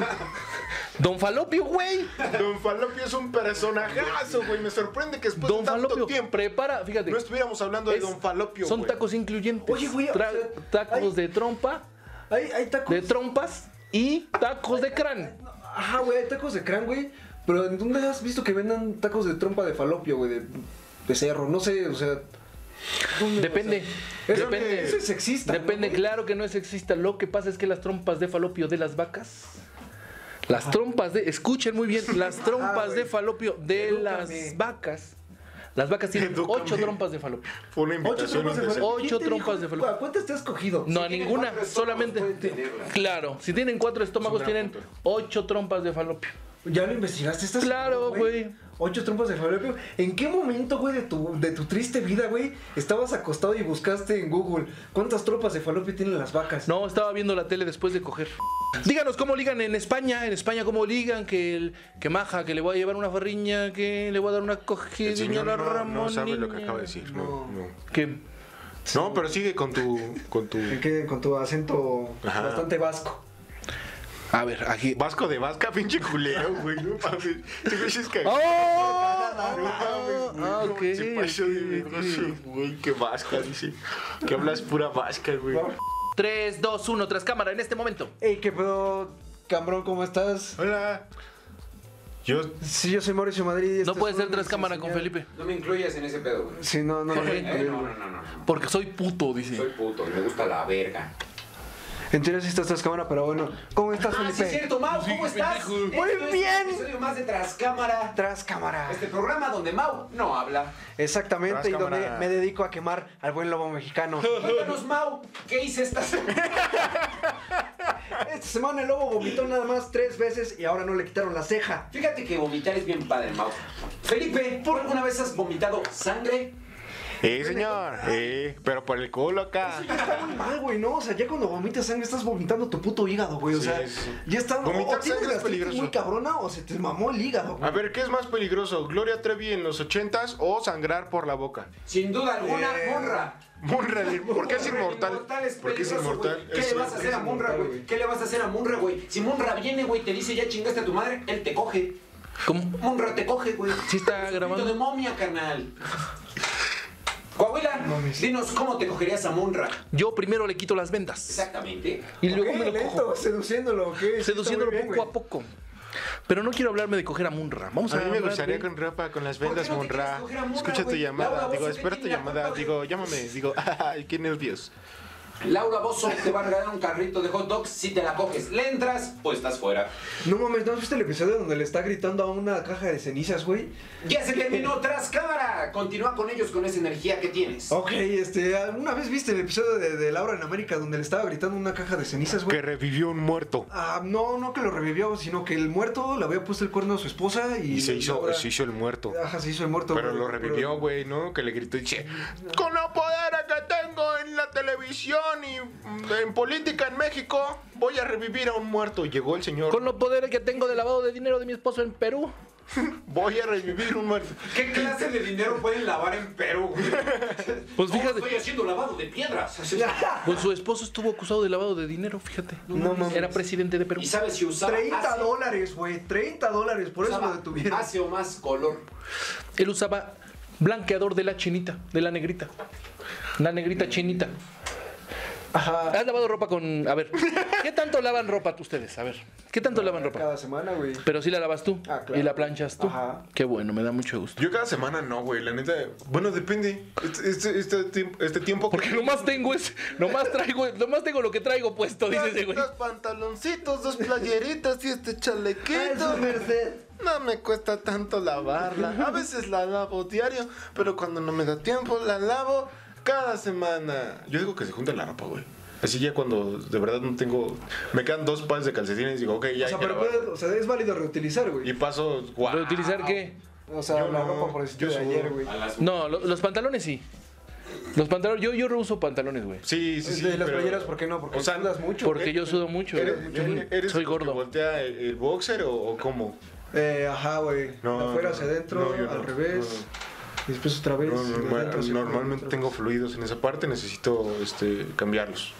Don Falopio, güey. Don Falopio es un personajazo, güey. Me sorprende que después Don de tanto Falopio tiempo prepara, fíjate. no estuviéramos hablando de es- Don Falopio, Son güey. tacos incluyentes. Oye, güey, o Tra- sea, tacos hay- de trompa, Hay, hay tacos. de trompas y tacos de crán. Ajá, güey, hay tacos de crán, güey. Pero ¿en dónde has visto que vendan tacos de trompa de falopio, güey? De, de cerro, no sé, o sea. ¿dónde? Depende. O sea, depende. Eso es sexista. Depende, ¿no, güey? claro que no es sexista. Lo que pasa es que las trompas de falopio de las vacas, las trompas de, escuchen muy bien, las trompas güey. de falopio de Edúcame. las vacas, las vacas tienen Edúcame. ocho trompas de falopio. Fue una Ocho invitación trompas de indecente. falopio. Ocho ¿Quién te trompas dijo? de falopio. ¿A ¿Cuántas te has cogido? No, tienen ninguna, cuatro estómagos, solamente. pueden tenerla. Claro, si tienen cuatro estómagos, Es un gran tienen punto. ocho trompas de falopio. ¿Ya lo investigaste? ¿Estás Claro, seguro, güey. Ocho trompas de falopio. ¿En qué momento, güey, de tu, de tu triste vida, güey, estabas acostado y buscaste en Google cuántas trompas de falopio tienen las vacas? No, estaba viendo la tele después de coger. Díganos cómo ligan en España. En España, cómo ligan. Que, el, que maja, que le voy a llevar una farriña, que le voy a dar una El cogidilla señor a la no, Ramón. no sabe lo que acaba de decir. No, no. ¿Qué? No, pero sigue con tu. Con tu... ¿En qué? Con tu acento Ajá. bastante vasco. A ver, aquí. Vasco de Vasca, pinche culero, güey. No mames. Te güey es que. ¡Oh! No mames, güey. Ah, no, ok, Se pasó de ok, verga ok. ese güey. Que vasca, dice. Que hablas pura vasca, güey. tres, dos, uno, tras cámara en este momento. Ey, ¿qué pedo, Cambrón? ¿Cómo estás? Hola. Yo. Sí, yo soy Mauricio Madrid. y No esto puede es ser una tras cámara con señal. Felipe. No me incluyas en ese pedo, güey. Sí, no, no, no. Eh, no, no, no, no, no. Porque soy puto, dice. Soy puto y me gusta la verga. En teoría sí estás tras cámara, pero bueno. ¿Cómo estás, Ah, Felipe? sí es cierto, Mau, ¿cómo estás? pendejo. Esto Muy es bien. Un episodio más de Tras Cámara. Tras cámara. Este programa donde Mau no habla. Exactamente, Tras y donde cámara. me dedico a quemar al buen lobo mexicano. Cuéntanos, Mau, ¿qué hice esta semana? Esta semana el lobo vomitó nada más tres veces y ahora no le quitaron la ceja. Fíjate que vomitar es bien padre, Mau. Felipe, ¿por alguna vez has vomitado sangre? Eh, señor. Eh, pero por el culo acá. Está muy mal, güey, ¿no? O sea, ya cuando vomitas sangre estás vomitando tu puto hígado, güey. O Sí, sea, sí. ya está. Vomitar o tienes sangre es gastritis peligroso. muy cabrona o se te mamó el hígado, güey. A ver, ¿qué es más peligroso? ¿Gloria Trevi en los ochentas o sangrar por la boca? Sin duda alguna, Eh, Monra. Munra, ¿por qué es Munra, inmortal? es ¿Por qué es peligroso, inmortal? güey. ¿Qué Es- le vas a hacer es a Munra, inmortal, güey? güey. ¿Qué le vas a hacer a Munra, güey? Si Munra viene, güey, te dice ya chingaste a tu madre, él te coge. ¿Cómo? Munra te coge, güey. Sí está Es un grabando. grito de momia, carnal. Coahuila, dinos cómo te cogerías a Munra. Yo primero le quito las vendas. Exactamente. Y luego Ok, me lo lento, cojo. seduciéndolo, ¿ok? Sí, está Seduciéndolo muy bien, poco güey. a poco. Pero no quiero hablarme de coger a Munra. Vamos a, A mí me hablar gustaría de- con ropa, con las ¿Por qué vendas, no te Monra. quieres coger a Munra, Escucha tu güey? llamada. Laura Digo, Bozo, espera ¿qué tu tiene la llamada. culpa? Digo, llámame. Digo, ay, qué nervios. Laura Bozo te va a regalar un carrito de hot dogs si te la coges. ¿Le entras o estás fuera? No mames, ¿no has visto el episodio donde le está gritando a una caja de cenizas, güey? Ya se terminó Tras Cámara. Continúa con ellos con esa energía que tienes. Ok, este, ¿alguna vez viste el episodio de, de Laura en América donde le estaba gritando a una caja de cenizas, güey? Que revivió un muerto. Ah, no, no que lo revivió, sino que el muerto le había puesto el cuerno a su esposa y... Y se hizo, Laura- se hizo el muerto. Ajá, se hizo el muerto. Pero güey, lo revivió, güey, ¿no? Que le gritó y dice, con los poderes que tengo en la televisión y mm, en política en México, voy a revivir a un muerto. Y llegó el señor, Con los poderes que tengo de lavado de dinero de mi esposo en Perú. voy a revivir un muerto. ¿Qué clase de dinero pueden lavar en Perú, güey? Pues No, fíjate, estoy haciendo lavado de piedras. pues su esposo estuvo acusado de lavado de dinero, fíjate. No mames. Era presidente de Perú. ¿Y sabes si usaba treinta hace- dólares, güey, treinta dólares, por eso usaba lo detuvieron. hace o más color? Él usaba blanqueador de la chinita, de la negrita. La negrita chinita. Ajá. ¿Has lavado ropa con...? A ver, ¿qué tanto lavan ropa ustedes? A ver, ¿qué tanto lavan ropa? Cada semana, güey. Pero sí la lavas tú Ah, claro. y la planchas tú. Ajá. Qué bueno, me da mucho gusto. Yo cada semana no, güey, la neta. Bueno, depende. Este, este, este, tiempo- este tiempo. que- Porque nomás tengo es, nomás traigo, nomás tengo lo que traigo puesto, dice ese güey. Dos pantaloncitos, dos playeritas y este chalequito. merced. No me cuesta tanto lavarla. A veces la lavo diario, pero cuando no me da tiempo, la lavo cada semana. Yo digo que se junta la ropa, güey. Así ya cuando de verdad no tengo... Me quedan dos pares de calcetines y digo, ok, ya O sea, hay que pero lavar. puede- o sea, es válido reutilizar, güey. Y paso... guau. ¿Reutilizar qué? O sea, Yo la no, ropa por decirte yo de sudo. ayer, güey. A las... No, lo- los pantalones sí. Los pantalones, yo, yo reuso pantalones, güey. Sí, sí, sí. De las pero- playeras, ¿por qué no? Porque o sea, sudas mucho. Porque yo sudo mucho. ¿Eres, güey. eres- eres Soy como que gordo. voltea el, el boxer o, o cómo? Eh, ajá, güey. No, de afuera no, hacia adentro, no, yo no, al revés. Y después otra vez. No, de normal- adentro hacia afuera, normalmente otra tengo vez. fluidos en esa parte, necesito este, cambiarlos.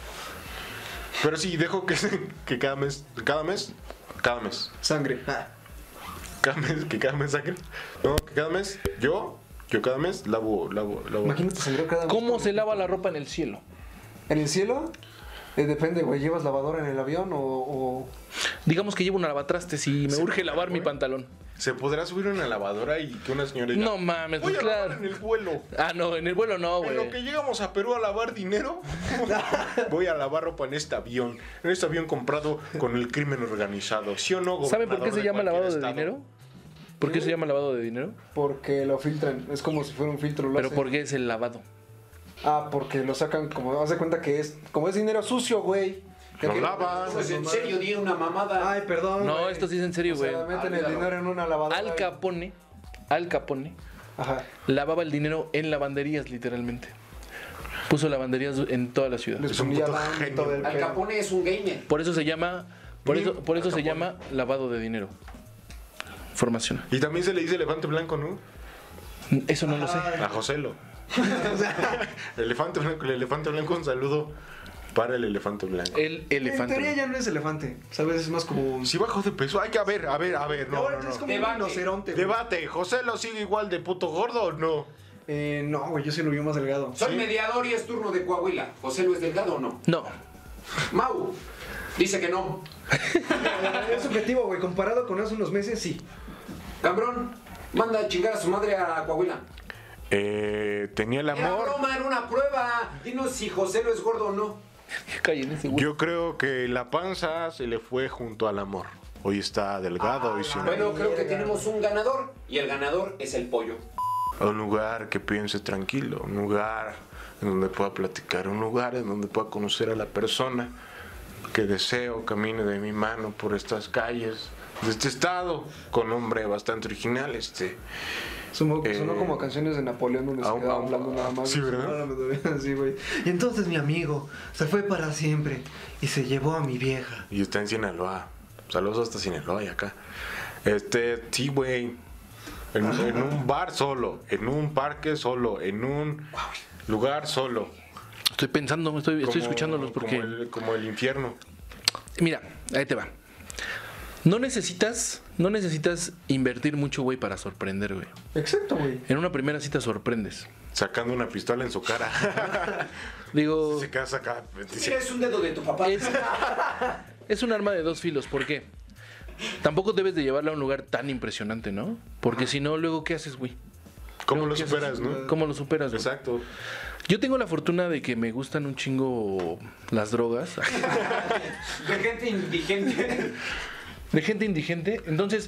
Pero sí, dejo que, que cada mes, cada mes, cada mes, Sangre. Ah. cada mes, que cada mes saquen. No, que cada mes, yo, yo cada mes lavo, lavo, lavo. Imagínate sangrar cada mes. ¿Cómo se lava la ropa en el cielo? ¿En el cielo? Eh, depende, güey. ¿Llevas lavadora en el avión o...? o... Digamos que llevo una lavatrastes y me urge lavar mi pantalón. ¿Se podrá subir una lavadora y que una señora diga, No mames, voy pues a lavar claro. en el vuelo? Ah, no, en el vuelo no, En lo güey. que llegamos a Perú a lavar dinero, voy a lavar ropa en este avión. En este avión comprado con el crimen organizado. ¿Sí o no, ¿Saben por qué gobernador se de llama cualquier lavado de estado? dinero? ¿Por qué se llama lavado de dinero? Porque lo filtran. Es como si fuera un filtro. Lo Pero hacen. ¿por qué es el lavado? Ah, porque lo sacan como... Haz de cuenta que es... Como es dinero sucio, güey. Lo lavan. Pues en serio, di una mamada. Ay, perdón. No, güey. esto sí es en serio, O güey. sea, meten Ah, el claro. dinero en una lavadora. Al Capone, Al Capone, Ajá. lavaba el dinero en lavanderías, literalmente. Puso lavanderías en toda la ciudad. Les Es un ponía puto band y genio. todo el Al pedo. Capone es un gamer. Por eso se llama, por eso, por eso se llama lavado de dinero. Formación. Y también se le dice elefante blanco, ¿no? Eso no lo sé. A Joselo. Elefante blanco, el elefante blanco, un saludo para el elefante blanco. El En teoría elefante. ya no es elefante. ¿Sabes? Es más como. Si bajó de peso, hay que a ver, a ver, a ver, no, Ahora no, es no. como un Debate. rinoceronte. güey. Debate, ¿Joselo sigue igual de puto gordo o no? Eh, no, güey, yo sí lo vi más delgado. Soy mediador y es turno de Coahuila. ¿José Luis Delgado o no? No. Mau dice que no. Eh, Es subjetivo, güey. Comparado con hace unos meses, sí. Cambrón, manda a chingar a su madre a Coahuila. Eh, tenía el Era amor. broma, era una prueba. Dinos si José Luis es gordo o no. Callen ese güey. Yo creo que la panza se le fue junto al amor. Hoy está delgado y sin Bueno, creo que tenemos un ganador. Y el ganador es el pollo. un lugar que piense tranquilo, un lugar en donde pueda platicar, un lugar en donde pueda conocer a la persona que deseo camine de mi mano por estas calles de este estado, con nombre bastante original, este. Sonó, Eh, sonó como a canciones de Napoleón donde se aún- quedaba aún- hablando nada más. sí, ¿verdad? Sí, güey. Y entonces mi amigo se fue para siempre y se llevó a mi vieja. Y está en Sinaloa. Saludos hasta Sinaloa y acá. Este, sí, güey. En, en un bar solo, en un parque solo, en un lugar solo. Estoy pensando, estoy, estoy Como- escuchándolos porque. Como el, como el infierno. Mira, ahí te va. No necesitas, no necesitas invertir mucho, güey, para sorprender, güey. Exacto, güey. En una primera cita sorprendes. Sacando una pistola en su cara. Digo, Se queda acá. Mira, es un dedo de tu papá. es, es un arma de dos filos. ¿Por qué? Tampoco debes de llevarla a un lugar tan impresionante, ¿no? Porque si no, luego, ¿qué haces, güey? ¿Cómo Luego, lo ¿qué superas, haces? no? ¿Cómo lo superas, güey? Exacto. Yo tengo la fortuna de que me gustan un chingo las drogas. De gente indigente. De gente indigente. Entonces,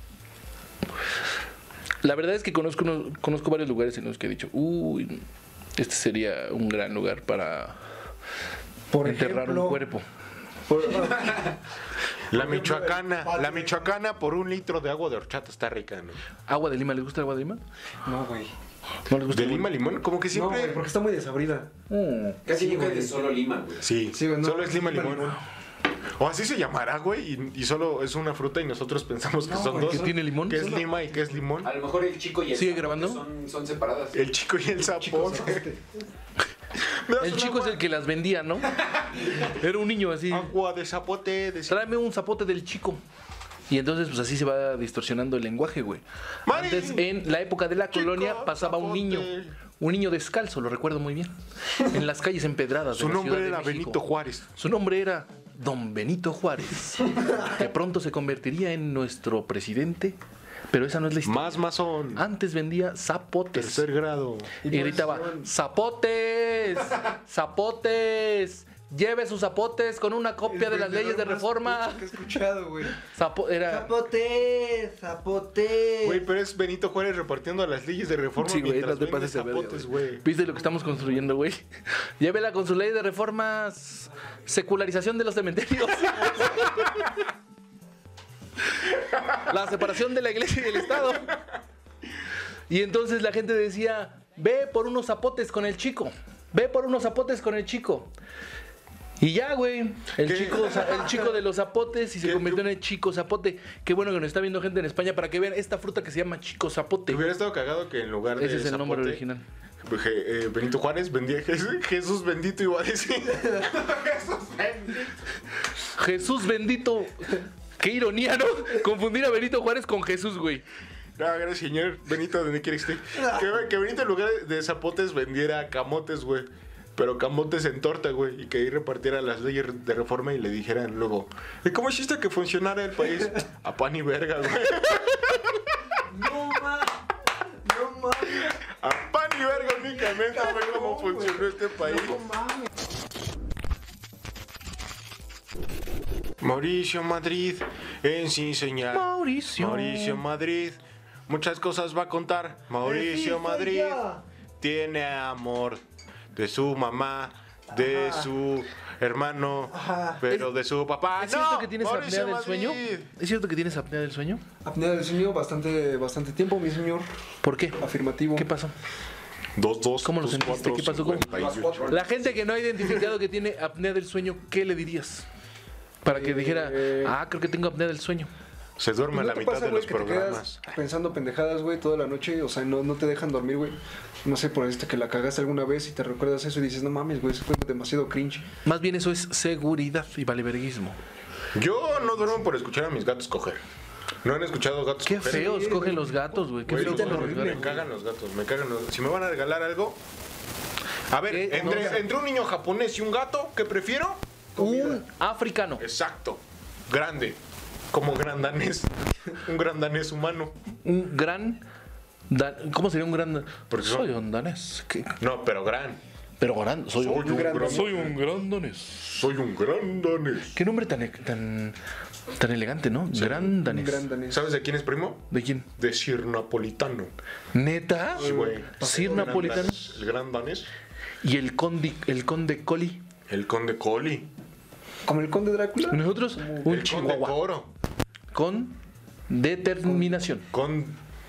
la verdad es que conozco, unos- conozco varios lugares en los que he dicho, uy, este sería un gran lugar para Por enterrar ejemplo, un cuerpo. por- La michoacana, la michoacana por un litro de agua de horchata está rica, ¿no? ¿Agua de Lima? ¿Les gusta el agua de Lima? No, güey. ¿No les gusta De el lima, limón? limón, como que No, siempre. güey, porque está muy desabrida. Mm. Casi Sí, nunca es güey. de solo Lima, güey. Sí, Sí, güey, no, solo es lima, lima, limón. limón. O así se llamará, güey, y, y solo es una fruta y nosotros pensamos que No, son güey, dos. ¿que tiene limón? Que es Solo- lima y que es limón. A lo mejor el chico y el ¿Sigue zapote grabando? Son, son separadas. El chico y el sapo. ¿Me das El un chico es agua? el que las vendía, ¿no? Era un niño así. Agua de zapote. De... Tráeme un zapote del chico. Y entonces, pues así se va distorsionando el lenguaje, güey. Mari. Antes, en la época de la Chico, colonia, pasaba un zapote. niño. Un niño descalzo, lo recuerdo muy bien. En las calles empedradas de Su la nombre Ciudad de era México. Benito Juárez. Su nombre era Don Benito Juárez, que pronto se convertiría en nuestro presidente. Pero esa no es la historia. Más masón. Antes vendía zapotes. Tercer grado. Y gritaba, ¡zapotes! ¡Zapotes! Lleve sus zapotes con una copia de las leyes de reforma. Que he escuchado, güey. Zapo- era... Zapote, zapote. Güey, pero es Benito Juárez repartiendo las leyes de reforma Sí, güey, mientras las de vende pases de verga, zapotes, güey. güey. ¿Viste lo que estamos construyendo, güey? Llévela con su ley de reformas. Secularización de los cementerios. La separación de la iglesia y del Estado. Y entonces la gente decía, ve por unos zapotes con el chico. Ve por unos zapotes con el chico. Y ya, güey, el ¿Qué? chico, el chico de los zapotes y se ¿Qué? convirtió en el chico zapote. Qué bueno que nos está viendo gente en España para que vean esta fruta que se llama chico zapote. Hubiera estado cagado que en lugar de Ese es el nombre zapote, original. Je- eh, Benito Juárez vendía Jesús, Jesús bendito iba a decir. Jesús bendito. Qué ironía, ¿no? Confundir a Benito Juárez con Jesús, güey. No, gracias, señor Benito, ¿dónde quiere que esté? Que, que Benito en lugar de zapotes vendiera camotes, güey. Pero camotes en torta, güey. Y que ahí repartiera las leyes de reforma y le dijeran luego, ¿y cómo hiciste que funcionara el país? A pan y verga, güey. No más. No más. A pan y verga únicamente fue cómo funcionó este país. Mauricio Madrid, en Sin Señal. Mauricio. Mauricio Madrid. Muchas cosas va a contar. Mauricio Sí, soy Madrid yo. tiene amor de su mamá, de su hermano, Ajá. pero de su papá. ¿Es cierto ¡No! que tienes Mauricio apnea del sueño? Madrid. ¿Es cierto que tienes apnea del sueño? Apnea del sueño bastante, bastante tiempo, mi señor. ¿Por qué? Afirmativo. ¿Qué pasó? Dos, dos, ¿Cómo lo dos, sentiste? cuatro, ¿Qué pasó? ¿Cómo? cincuenta y ocho. La gente que no ha identificado que tiene apnea del sueño, ¿qué le dirías? Para que dijera, ah, creo que tengo apnea del sueño. Se duerme a ¿No la te mitad pasa, de güey, los que te programas. quedas pensando pendejadas, güey, toda la noche? O sea, no, no te dejan dormir, güey. No sé, por este que la cagaste alguna vez y te recuerdas eso y dices, no mames, güey, eso fue demasiado cringe. Más bien eso es seguridad y valeverguismo. Yo no duermo por escuchar a mis gatos coger. ¿No han escuchado gatos Qué coger? feos cogen los gatos, güey. Qué Güey, feos me, cogen los me gatos. cagan los gatos, me cagan los... Si me van a regalar algo... A ver, ¿Qué? entre, No. entre un niño japonés y un gato, ¿qué prefiero? Un africano. Exacto. Grande. Como gran danés. Un gran danés humano. Un gran... da- ¿Cómo sería un gran...? Porque son- Soy un danés. ¿Qué? No, pero gran. Pero gran... Soy, Soy un, un gran, gran- soy un gran danés. Soy un gran danés. Qué nombre tan, tan, tan elegante, ¿no? Gran danés. Un gran danés. ¿Sabes de quién es primo? ¿De quién? De Sir Napolitano. ¿Neta? Sí, güey. Sir El gran Napolitano. danés, El gran danés. Y el conde, el conde Coli. El conde Coli. ¿Como el conde Drácula? Nosotros, un El conde chihuahua. Coro. Con determinación. Con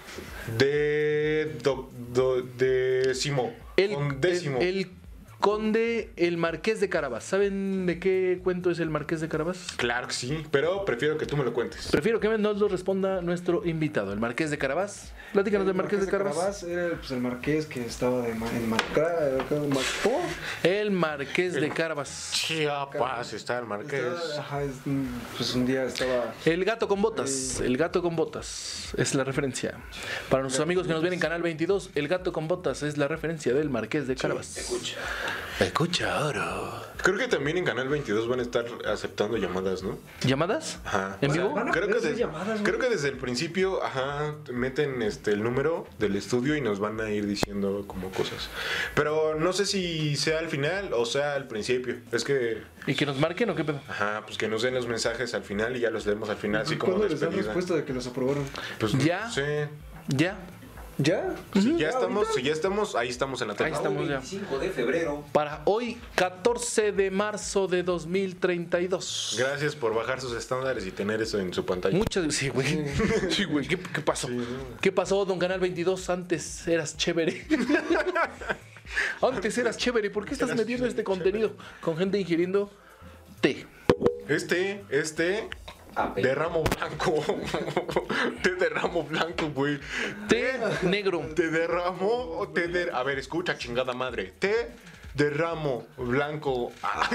de do, do- décimo. El, con décimo. el, el conde, el marqués de Carabas. ¿Saben de qué cuento es el marqués de Carabas? Claro que sí, pero prefiero que tú me lo cuentes. Prefiero que nos lo responda nuestro invitado, el marqués de Carabas. Platícanos del marqués de Carabas. Era pues, el marqués que estaba de ma- en Marcra. ¿Cómo? El marqués de Carabas. Chiapas está el marqués. Estaba- Ajá, es, mm, pues un día estaba. El gato con botas, el gato con botas es la referencia. Para nuestros amigos que nos ven en Canal veintidós, el gato con botas es la referencia del marqués de Carabas. Escucha. Escucha oro. Creo que también en Canal veintidós van a estar aceptando llamadas, ¿no? ¿Llamadas? Ajá. ¿En O sea, vivo? van a Creo que, poder hacer des- llamadas, güey. creo que desde el principio, ajá, meten este el número del estudio y nos van a ir diciendo como cosas. Pero no sé si sea al final o sea al principio. Es que, ¿Y que nos marquen o qué pedo? ajá, pues que nos den los mensajes al final y ya los leemos al final, así como ¿Cuándo les dan despedida. respuesta de que los aprobaron? Pues Ya. no sé. Ya. ¿Ya? Si ya estamos, si ya estamos, ahí estamos en la Ahí tabla. estamos ya. veinticinco de febrero. Para hoy, catorce de marzo de dos mil treinta y dos. Gracias por bajar sus estándares y tener eso en su pantalla. Muchas sí, güey. Sí, güey. ¿Qué, qué pasó? ¿Qué pasó, don Canal veintidós? Antes eras chévere. Antes eras chévere. ¿Por qué estás Eras metiendo chévere, este contenido con gente ingiriendo té? Este, este, Ah, de ramo blanco. Té de ramo blanco, güey. Té negro. Te derramó o te der... A ver, escucha, chingada madre. Té de ramo blanco. Ay,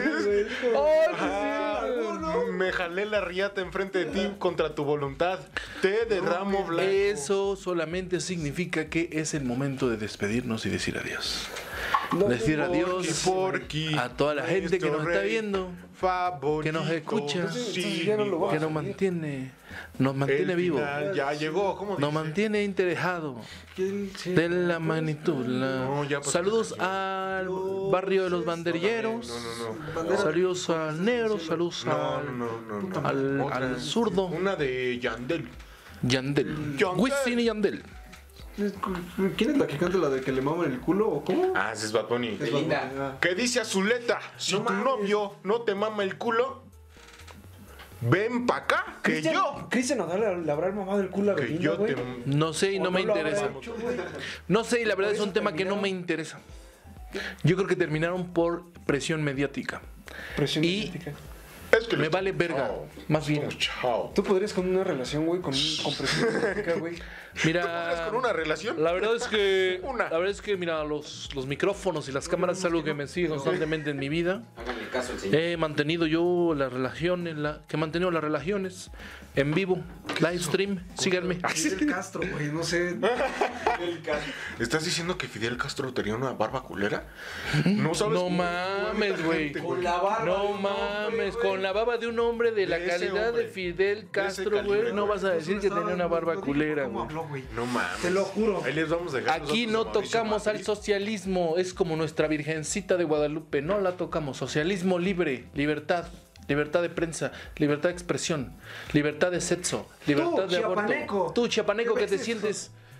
ah, me jalé la riata enfrente de ti contra tu voluntad. Té de ramo blanco. Eso solamente significa que es el momento de despedirnos y decir adiós. Decir adiós Porky, a toda la gente que nos nuestro está rey viendo, favorito. que nos escucha, Sí, ya no lo mi va a que nos mantiene, nos mantiene El vivo, final ya llegó, ¿cómo nos dice? mantiene interesado de la magnitud. la- No, ya pasó Saludos la al barrio de los banderilleros, No, no, no. saludos al negro, saludos No, al no, no, no. al- Otra. al zurdo. Una de Yandel. Yandel, Yandel. Wisin y Yandel. ¿Quién es la que canta la de que le maman el culo o cómo? Ah, ese es Bad Bunny. Es Belinda. Bad Bunny, ah. ¿Qué dice Azuleta? Si No tu mames. novio no te mama el culo, ven pa' acá, que Cristian- yo. Cristian Nodal le habrá mamado el culo a Que Belinda, yo güey. te... No sé y ¿O no me lo habrá interesa. hecho, güey? No sé y la verdad Por es un eso tema que no terminaron. me interesa. Yo creo que terminaron por presión mediática. Presión Y- mediática. Es que Me les- vale verga, Chao. más bien. Chao. ¿Tú podrías con una relación, güey, con, con presión mediática, güey? Mira, ¿Estás con una relación? la verdad es que Una. la verdad es que mira, los, los micrófonos y las cámaras es algo que me sigue constantemente en mi vida. Háganle caso al señor. He mantenido yo las relaciones, la, que he mantenido las relaciones en vivo, live stream, síganme. Fidel Castro, güey, no sé. ¿Estás diciendo que Fidel Castro tenía una barba culera? No sabes. No cómo- mames, güey. gente, Con la barba de No un hombre, mames, güey. con la baba de un hombre de la De ese calidad hombre. de Fidel De ese Castro, calibre, güey, no güey. vas a decir que tenía una barba culera, ¿Cómo güey. habló, güey? No mames. Te lo juro. Ahí les vamos a dejar Aquí nosotros no a Mauricio tocamos al Madrid. socialismo, es como nuestra virgencita de Guadalupe, no la tocamos. Socialismo libre, libertad, libertad de prensa, libertad de expresión, libertad de sexo, libertad de chiapaneco. aborto. Tú, chiapaneco, ¿Qué que te ves sientes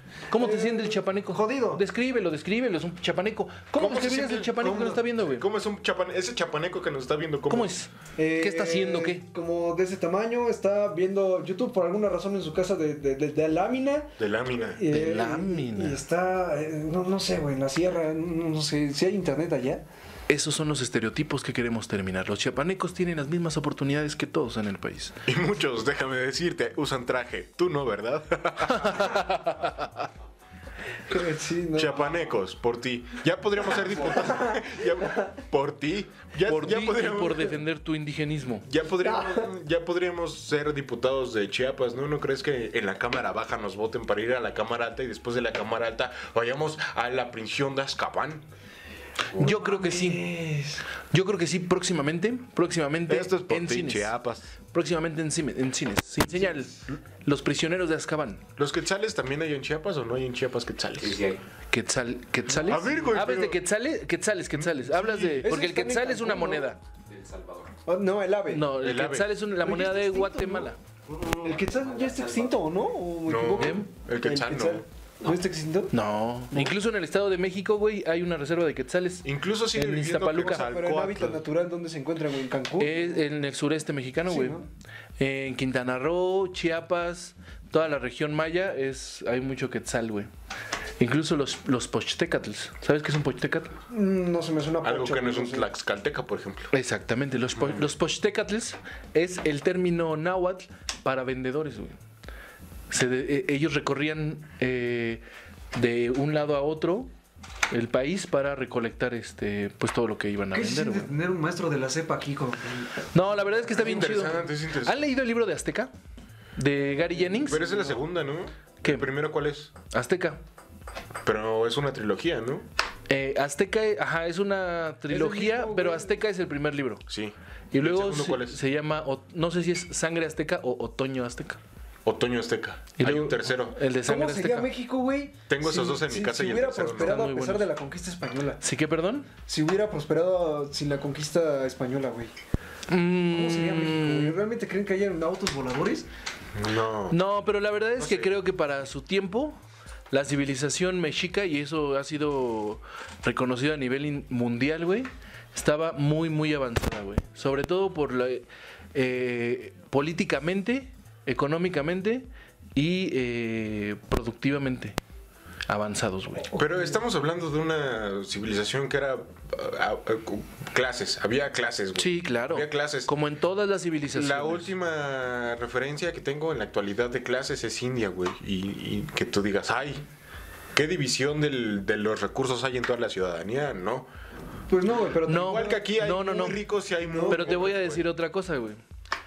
¿Cómo te sientes el chapaneco? Jodido. Descríbelo, descríbelo, es un chapaneco. ¿Cómo, ¿Cómo se describirías siente el chapaneco que cómo- nos está viendo, güey? ¿Cómo es un chapaneco? Ese chapaneco que nos está viendo, ¿cómo, ¿Cómo es? Eh, ¿Qué está haciendo? ¿Qué? Como de ese tamaño, está viendo YouTube por alguna razón en su casa de, de, de- de lámina. De lámina. eh, De y- lámina. Y, está, eh, no, no sé, güey, en la sierra, no, no sé, si hay internet allá. Esos son los estereotipos que queremos terminar. Los chapanecos tienen las mismas oportunidades que todos en el país. Y muchos, déjame decirte, usan traje. Tú no, ¿verdad? Sí, no. Chapanecos, por ti. Ya podríamos ser diputados. Ya- por ti. Ya, Por ya ti y podríamos, por defender tu indigenismo. ya podríamos, ya podríamos ser diputados de Chiapas, ¿no? ¿No crees que en la Cámara Baja nos voten para ir a la Cámara Alta y después de la Cámara Alta vayamos a la prisión de Azkaban? Yo creo que sí. Yo creo que sí, próximamente. Próximamente Esto es por en ti, cines. Chiapas. Próximamente en, cine- en cines. Sin señal. Los prisioneros de Azkaban. ¿Los quetzales también hay en Chiapas o no hay en Chiapas Sí, quetzales? sí hay. Quetzal, ¿Quetzales? A ver, güey, Hablas pero- de quetzales, quetzales, quetzales. Hablas de. Porque el está en quetzal es una Cancún, ¿no? moneda. De El Salvador. Oh, no, el ave. No, el, El ave. quetzal es una- la Pero moneda ya de está extinto, Guatemala. ¿El quetzal ya está extinto o no? ¿O me No, equivoco? el quetzal no. ¿No está extinto? No. Incluso en el Estado de México, güey, hay una reserva de quetzales. Incluso sigue En viviendo Iztapaluca. Pero en Quetzalcóatl. hábitat natural, ¿dónde se encuentra, güey? ¿En Cancún? Es en el sureste mexicano, Sí, güey. ¿no? En Quintana Roo, Chiapas, toda la región maya, es hay mucho quetzal, güey. Incluso los, los pochtecatls. ¿Sabes qué es un pochtecatl? Mm, No se me suena Algo pocho, que no es güey, un sé. tlaxcalteca, por ejemplo. Exactamente. Los, po- los pochtecatls es el término náhuatl para vendedores, güey. Se de- eh, ellos recorrían eh, de un lado a otro el país para recolectar este pues todo lo que iban a ¿Qué se vender, siente güey. tener un maestro de la cepa aquí con... No, la verdad es que está Es bien chido. interesante, es interesante. ¿Han leído el libro de Azteca? De Gary Jennings. Pero esa es la segunda, ¿no? ¿Qué? ¿El primero cuál es? Azteca. Pero es una trilogía, ¿no? Eh, Azteca, ajá, es una trilogía, mismo, pero güey. Azteca es el primer libro. Sí. Y ¿El luego segundo se, cuál es? se llama, o- no sé si es Sangre Azteca o Otoño Azteca. Otoño Azteca. Y Hay luego un tercero. El de Sangre ¿Cómo sería Azteca. México, güey? Tengo esos si- dos en mi si- casa si y el hubiera tercero no. prosperado Están muy a pesar buenos. de la conquista española. ¿Sí que perdón? Si hubiera prosperado sin la conquista española, güey. ¿Cómo sería México, güey? ¿Realmente creen que hayan autos voladores? No. No, pero la verdad es No que sé. creo que para su tiempo, la civilización mexica, y eso ha sido reconocido a nivel in- mundial, güey, estaba muy, muy avanzada, güey. Sobre todo por la, eh, políticamente, económicamente y eh, productivamente avanzados, güey. Pero estamos hablando de una civilización que era ah, ah, clases, había clases, güey. Sí, claro. Había clases. Como en todas las civilizaciones. La última referencia que tengo en la actualidad de clases es India, güey. Y, y que tú digas, ay, ¿qué división del- de los recursos hay en toda la ciudadanía? No. Pues no, güey, pero... No. Igual que aquí hay no, no, muy no. ricos y hay muy Pero te voy a pobres, decir güey. otra cosa, güey.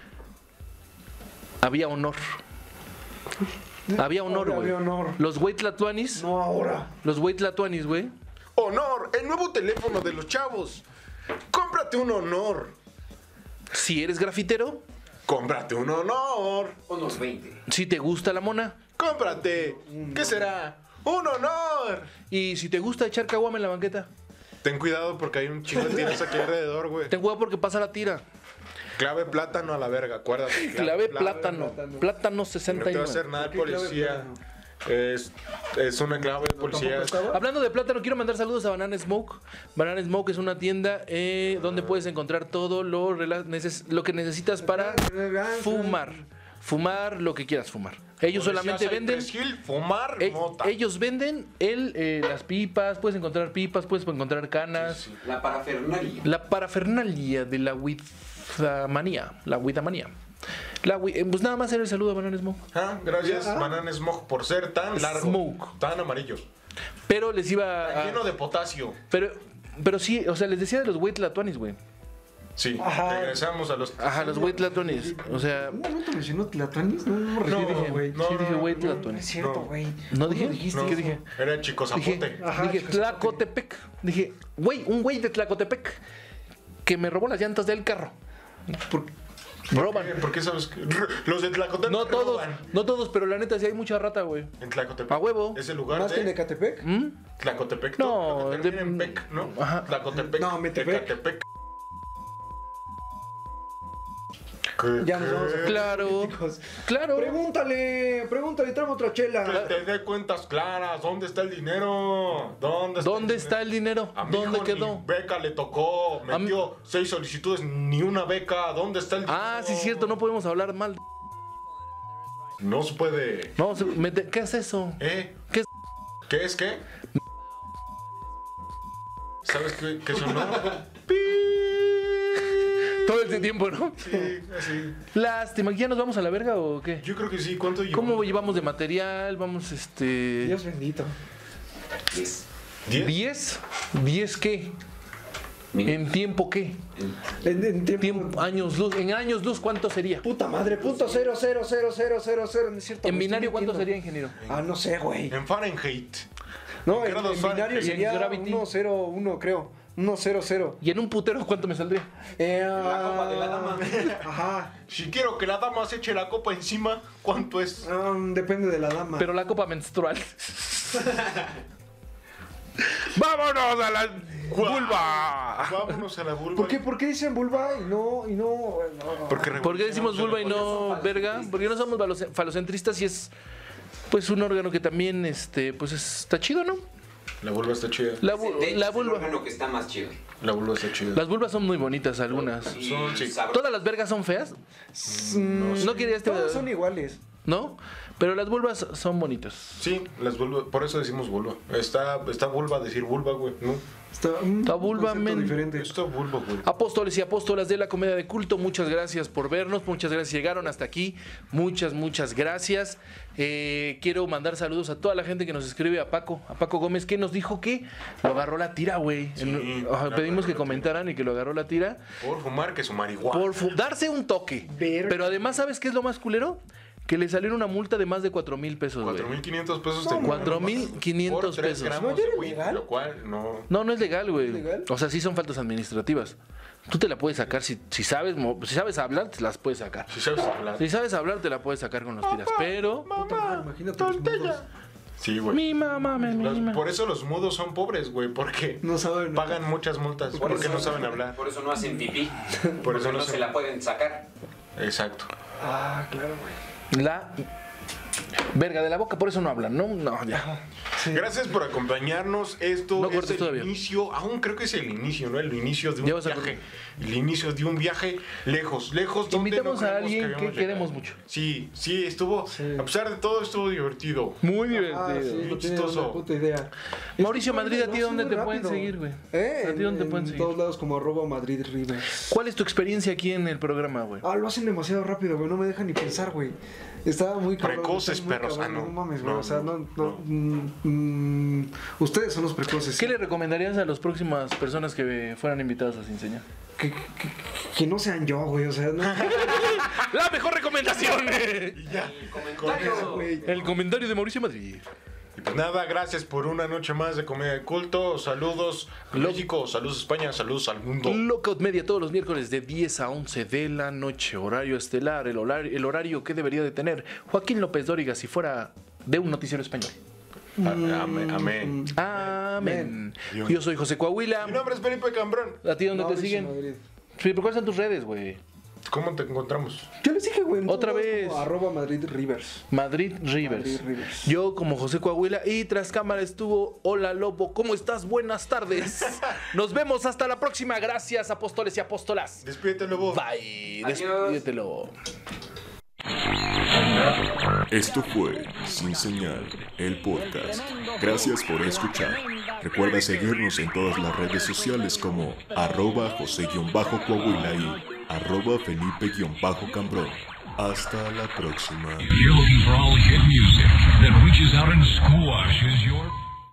Había honor. Había honor, Ahora güey. había honor. Los güey tlatuanis, No ahora. los güey tlatuanis, güey. Honor, el nuevo teléfono de los chavos. Cómprate un honor. Si eres grafitero, Cómprate un honor. Unos veinte. si te gusta la mona. Cómprate. ¿Qué será? Un honor. Y si te gusta echar caguama en la banqueta. Ten cuidado porque hay un chingo de tiras aquí alrededor, güey. Ten cuidado porque pasa la tira. Clave plátano a la verga, acuérdate. Clave plátano. plátano. Plátano No sesenta y te va a nueve. hacer nada el ¿Por qué clave policía. plátano? Es, es una clave de policía. ¿Tampoco estaba? Hablando de plátano, quiero mandar saludos a Banana Smoke. Banana Smoke es una tienda eh, donde puedes encontrar todo lo, rela- neces- lo que necesitas para fumar. Fumar lo que quieras fumar. Ellos solamente venden... Gil, fumar Eh, mota. ellos venden el, eh, las pipas, puedes encontrar pipas, puedes encontrar canas. La parafernalia. La parafernalia de la widamanía. La widamanía. La wi- eh, pues nada más era el saludo a Banana Smoke. Ah, gracias, Banana Smog, por ser tan largo, Smoke. tan amarillo, Pero les iba a... lleno de potasio. Pero, pero sí, o sea, les decía de los Huitlatuanis, güey. Sí, Ajá. regresamos a los. Ajá, los Huitlatuanis. O sea, ¿Un momento mencionó Tlatuanis? No, no, No, recuerdo, güey. no, sí no, dije no, No Huitlatuanis. es cierto, No. güey. ¿No dije? dijiste ¿Qué eso? dije? Era Chico Zapote. Dije, Ajá, dije chicos, Tlacotepec. Dije, güey, un güey de Tlacotepec que me robó las llantas del carro. ¿Por Roban. ¿Por qué sabes que los de Tlacotepec No todos, roban? no todos, pero la neta sí hay mucha rata, güey. En Tlacotepec. A huevo. Es el lugar ¿Más que en de Ecatepec? ¿Mm? Tlacotepec. No, todo lo que termina de- en Pec, ¿no? Ajá. Tlacotepec. No, Metepec. Ecatepec. Ya nos vamos a Claro, políticos. claro. Pregúntale, pregúntale, tráeme otra chela. Que te dé cuentas claras. ¿Dónde está el dinero? ¿Dónde está, ¿Dónde el está el dinero? dinero? A mi ¿Dónde hijo quedó? Ni beca le tocó. A mí- Metió seis solicitudes, ni una beca. ¿Dónde está el dinero? Ah, sí, es cierto, no podemos hablar mal. No se puede. No, se- mete- ¿qué es eso? ¿Eh? ¿Qué es? ¿Qué es qué? ¿Sabes qué, qué sonó? Todo este tiempo, ¿no? Sí, así. Lástima, ¿ya nos vamos a la verga o qué? Yo creo que sí. ¿Cuánto llevamos? ¿Cómo llevamos de material? Vamos, este... Dios bendito. Diez. ¿Diez? ¿Diez? ¿Diez qué? ¿En tiempo qué? En, en tiempo, Tiempo, años luz. ¿En años luz cuánto sería? Puta madre, punto cero cero cero cero cero cero. No es cierto. ¿En me estoy binario cuánto sería, metiendo. ingeniero? Ah, no sé, güey. En Fahrenheit. No, ¿en en, grados en Fahrenheit? binario ¿Y en sería Gravity? uno cero uno, creo. uno cero cero. ¿Y en un putero cuánto me saldría? Eh, La copa de la dama. Ajá. Si quiero que la dama se eche la copa encima, ¿cuánto es? Um, depende de la dama. Pero la copa menstrual. ¡Vámonos a la vulva! Vámonos a la vulva. ¿Por qué, ¿Por qué dicen vulva y no, y no, no? Porque ¿Por qué decimos vulva y no verga? Porque no somos falo- falocentristas y es pues un órgano que también este pues está chido, ¿no? La vulva está chida. La, De vu- hecho, la es el vulva. órgano que está más chido. La vulva está chida. Las vulvas son muy bonitas algunas. Y Son, sí. sabroso. ¿Todas las vergas son feas? Mm, No quería este... Todas son iguales. ¿No? Pero las vulvas son bonitas. Sí, las vulvas, por eso decimos vulva. Está, está vulva decir vulva, güey, ¿no? Está, mm, Está un vulva, concepto men. diferente. Está vulva, güey. Apóstoles y apóstolas de la comedia de culto, muchas gracias por vernos, muchas gracias, llegaron hasta aquí, muchas, muchas gracias. Eh, quiero mandar saludos a toda la gente que nos escribe, a Paco, a Paco Gómez, que nos dijo que lo agarró la tira, güey. Sí, En- lo ajá, agarró pedimos la que tira. comentaran y que lo agarró la tira. Por fumar que su marihuana. Por fu- darse un toque. Verga. Pero además, ¿sabes qué es lo más culero? Que le salió una multa de más de cuatro mil pesos, güey. cuatro mil quinientos pesos No, de cuatro mil quinientos por tres pesos. gramos ¿No, ya de era weed, legal? lo cual no. No, no es legal, güey. ¿Es legal? O sea, sí son faltas administrativas. Tú te la puedes sacar si, si sabes mo- si sabes hablar, te las puedes sacar. Si sabes hablar. Si sabes hablar, te la puedes sacar con los tiras. Pero Puta madre, imagínate los mudos. Sí, güey. mi mamá me Los- mima. por eso los mudos son pobres, güey, porque No saben. pagan muchas multas, Por porque eso- no saben hablar. Por eso no hacen pipí. Por Por eso eso no no se- se la pueden sacar. Exacto. Ah, claro, güey. La verga de la boca, por eso no hablan, ¿no? No, ya. Gracias por acompañarnos. Esto No es cortes el todavía. inicio, aún creo que es el inicio, ¿no? El inicio de un Ya vas a viaje. El inicio de un viaje lejos, lejos. donde Invitamos no a creemos alguien habíamos que llegado. queremos mucho. Sí, sí, estuvo. Sí. A pesar de todo, estuvo divertido. Muy Ah, sí, Bien no tiene chistoso. una puta idea. Mauricio Este, Madrid, ¿a lo ti hace dónde muy te pueden rápido. seguir, güey? ¿Eh? ¿A ti dónde te En- pueden en seguir? todos lados como arroba Madrid River. ¿Cuál es tu experiencia aquí en el programa, güey? Ah, lo hacen demasiado rápido, güey. No me dejan ni pensar, güey. Estaba muy cabrón. Precoces, está muy perros. cabrón, Ah, no. No mames, güey. No, O sea, no. no, no, mm, mm, ustedes son los precoces. ¿Qué le recomendarías a las próximas personas que fueran invitadas a Sin Señal? Que, que- que no sean yo, güey. O sea, no. ¡La mejor recomendación! El comentario. güey. El comentario de Mauricio Madrid. Y pues nada, gracias por una noche más de Comedia de Culto. Saludos a Lo- México, saludos a España, saludos al mundo. Lockout Media todos los miércoles de diez a once de la noche, horario estelar, el horario, el horario que debería de tener Joaquín López Dóriga si fuera de un noticiero español. A- Amén. amén. Amén. Bien. Yo soy José Coahuila. Mi nombre es Felipe Cambrón. ¿A ti dónde te Mauricio siguen? Madrid. Sí, pero ¿cuáles son tus redes, güey? ¿Cómo te encontramos? Yo les dije, güey. en Otra todos lados vez. como Arroba Madrid Rivers. Madrid Rivers. Madrid Rivers. Yo como José Coahuila y tras cámara estuvo Hola Lobo. ¿Cómo estás? Buenas tardes. Nos vemos hasta la próxima. Gracias, apóstoles y apóstolas. Despídete, Lobo. Bye. Adiós. Despídetelo. Esto fue Sin Señal, el podcast. Gracias por escuchar. Recuerda seguirnos en todas las redes sociales como arroba José-Coahuila y arroba Felipe-Cambrón. Hasta la próxima. You're looking for all hit music that reaches out and squashes your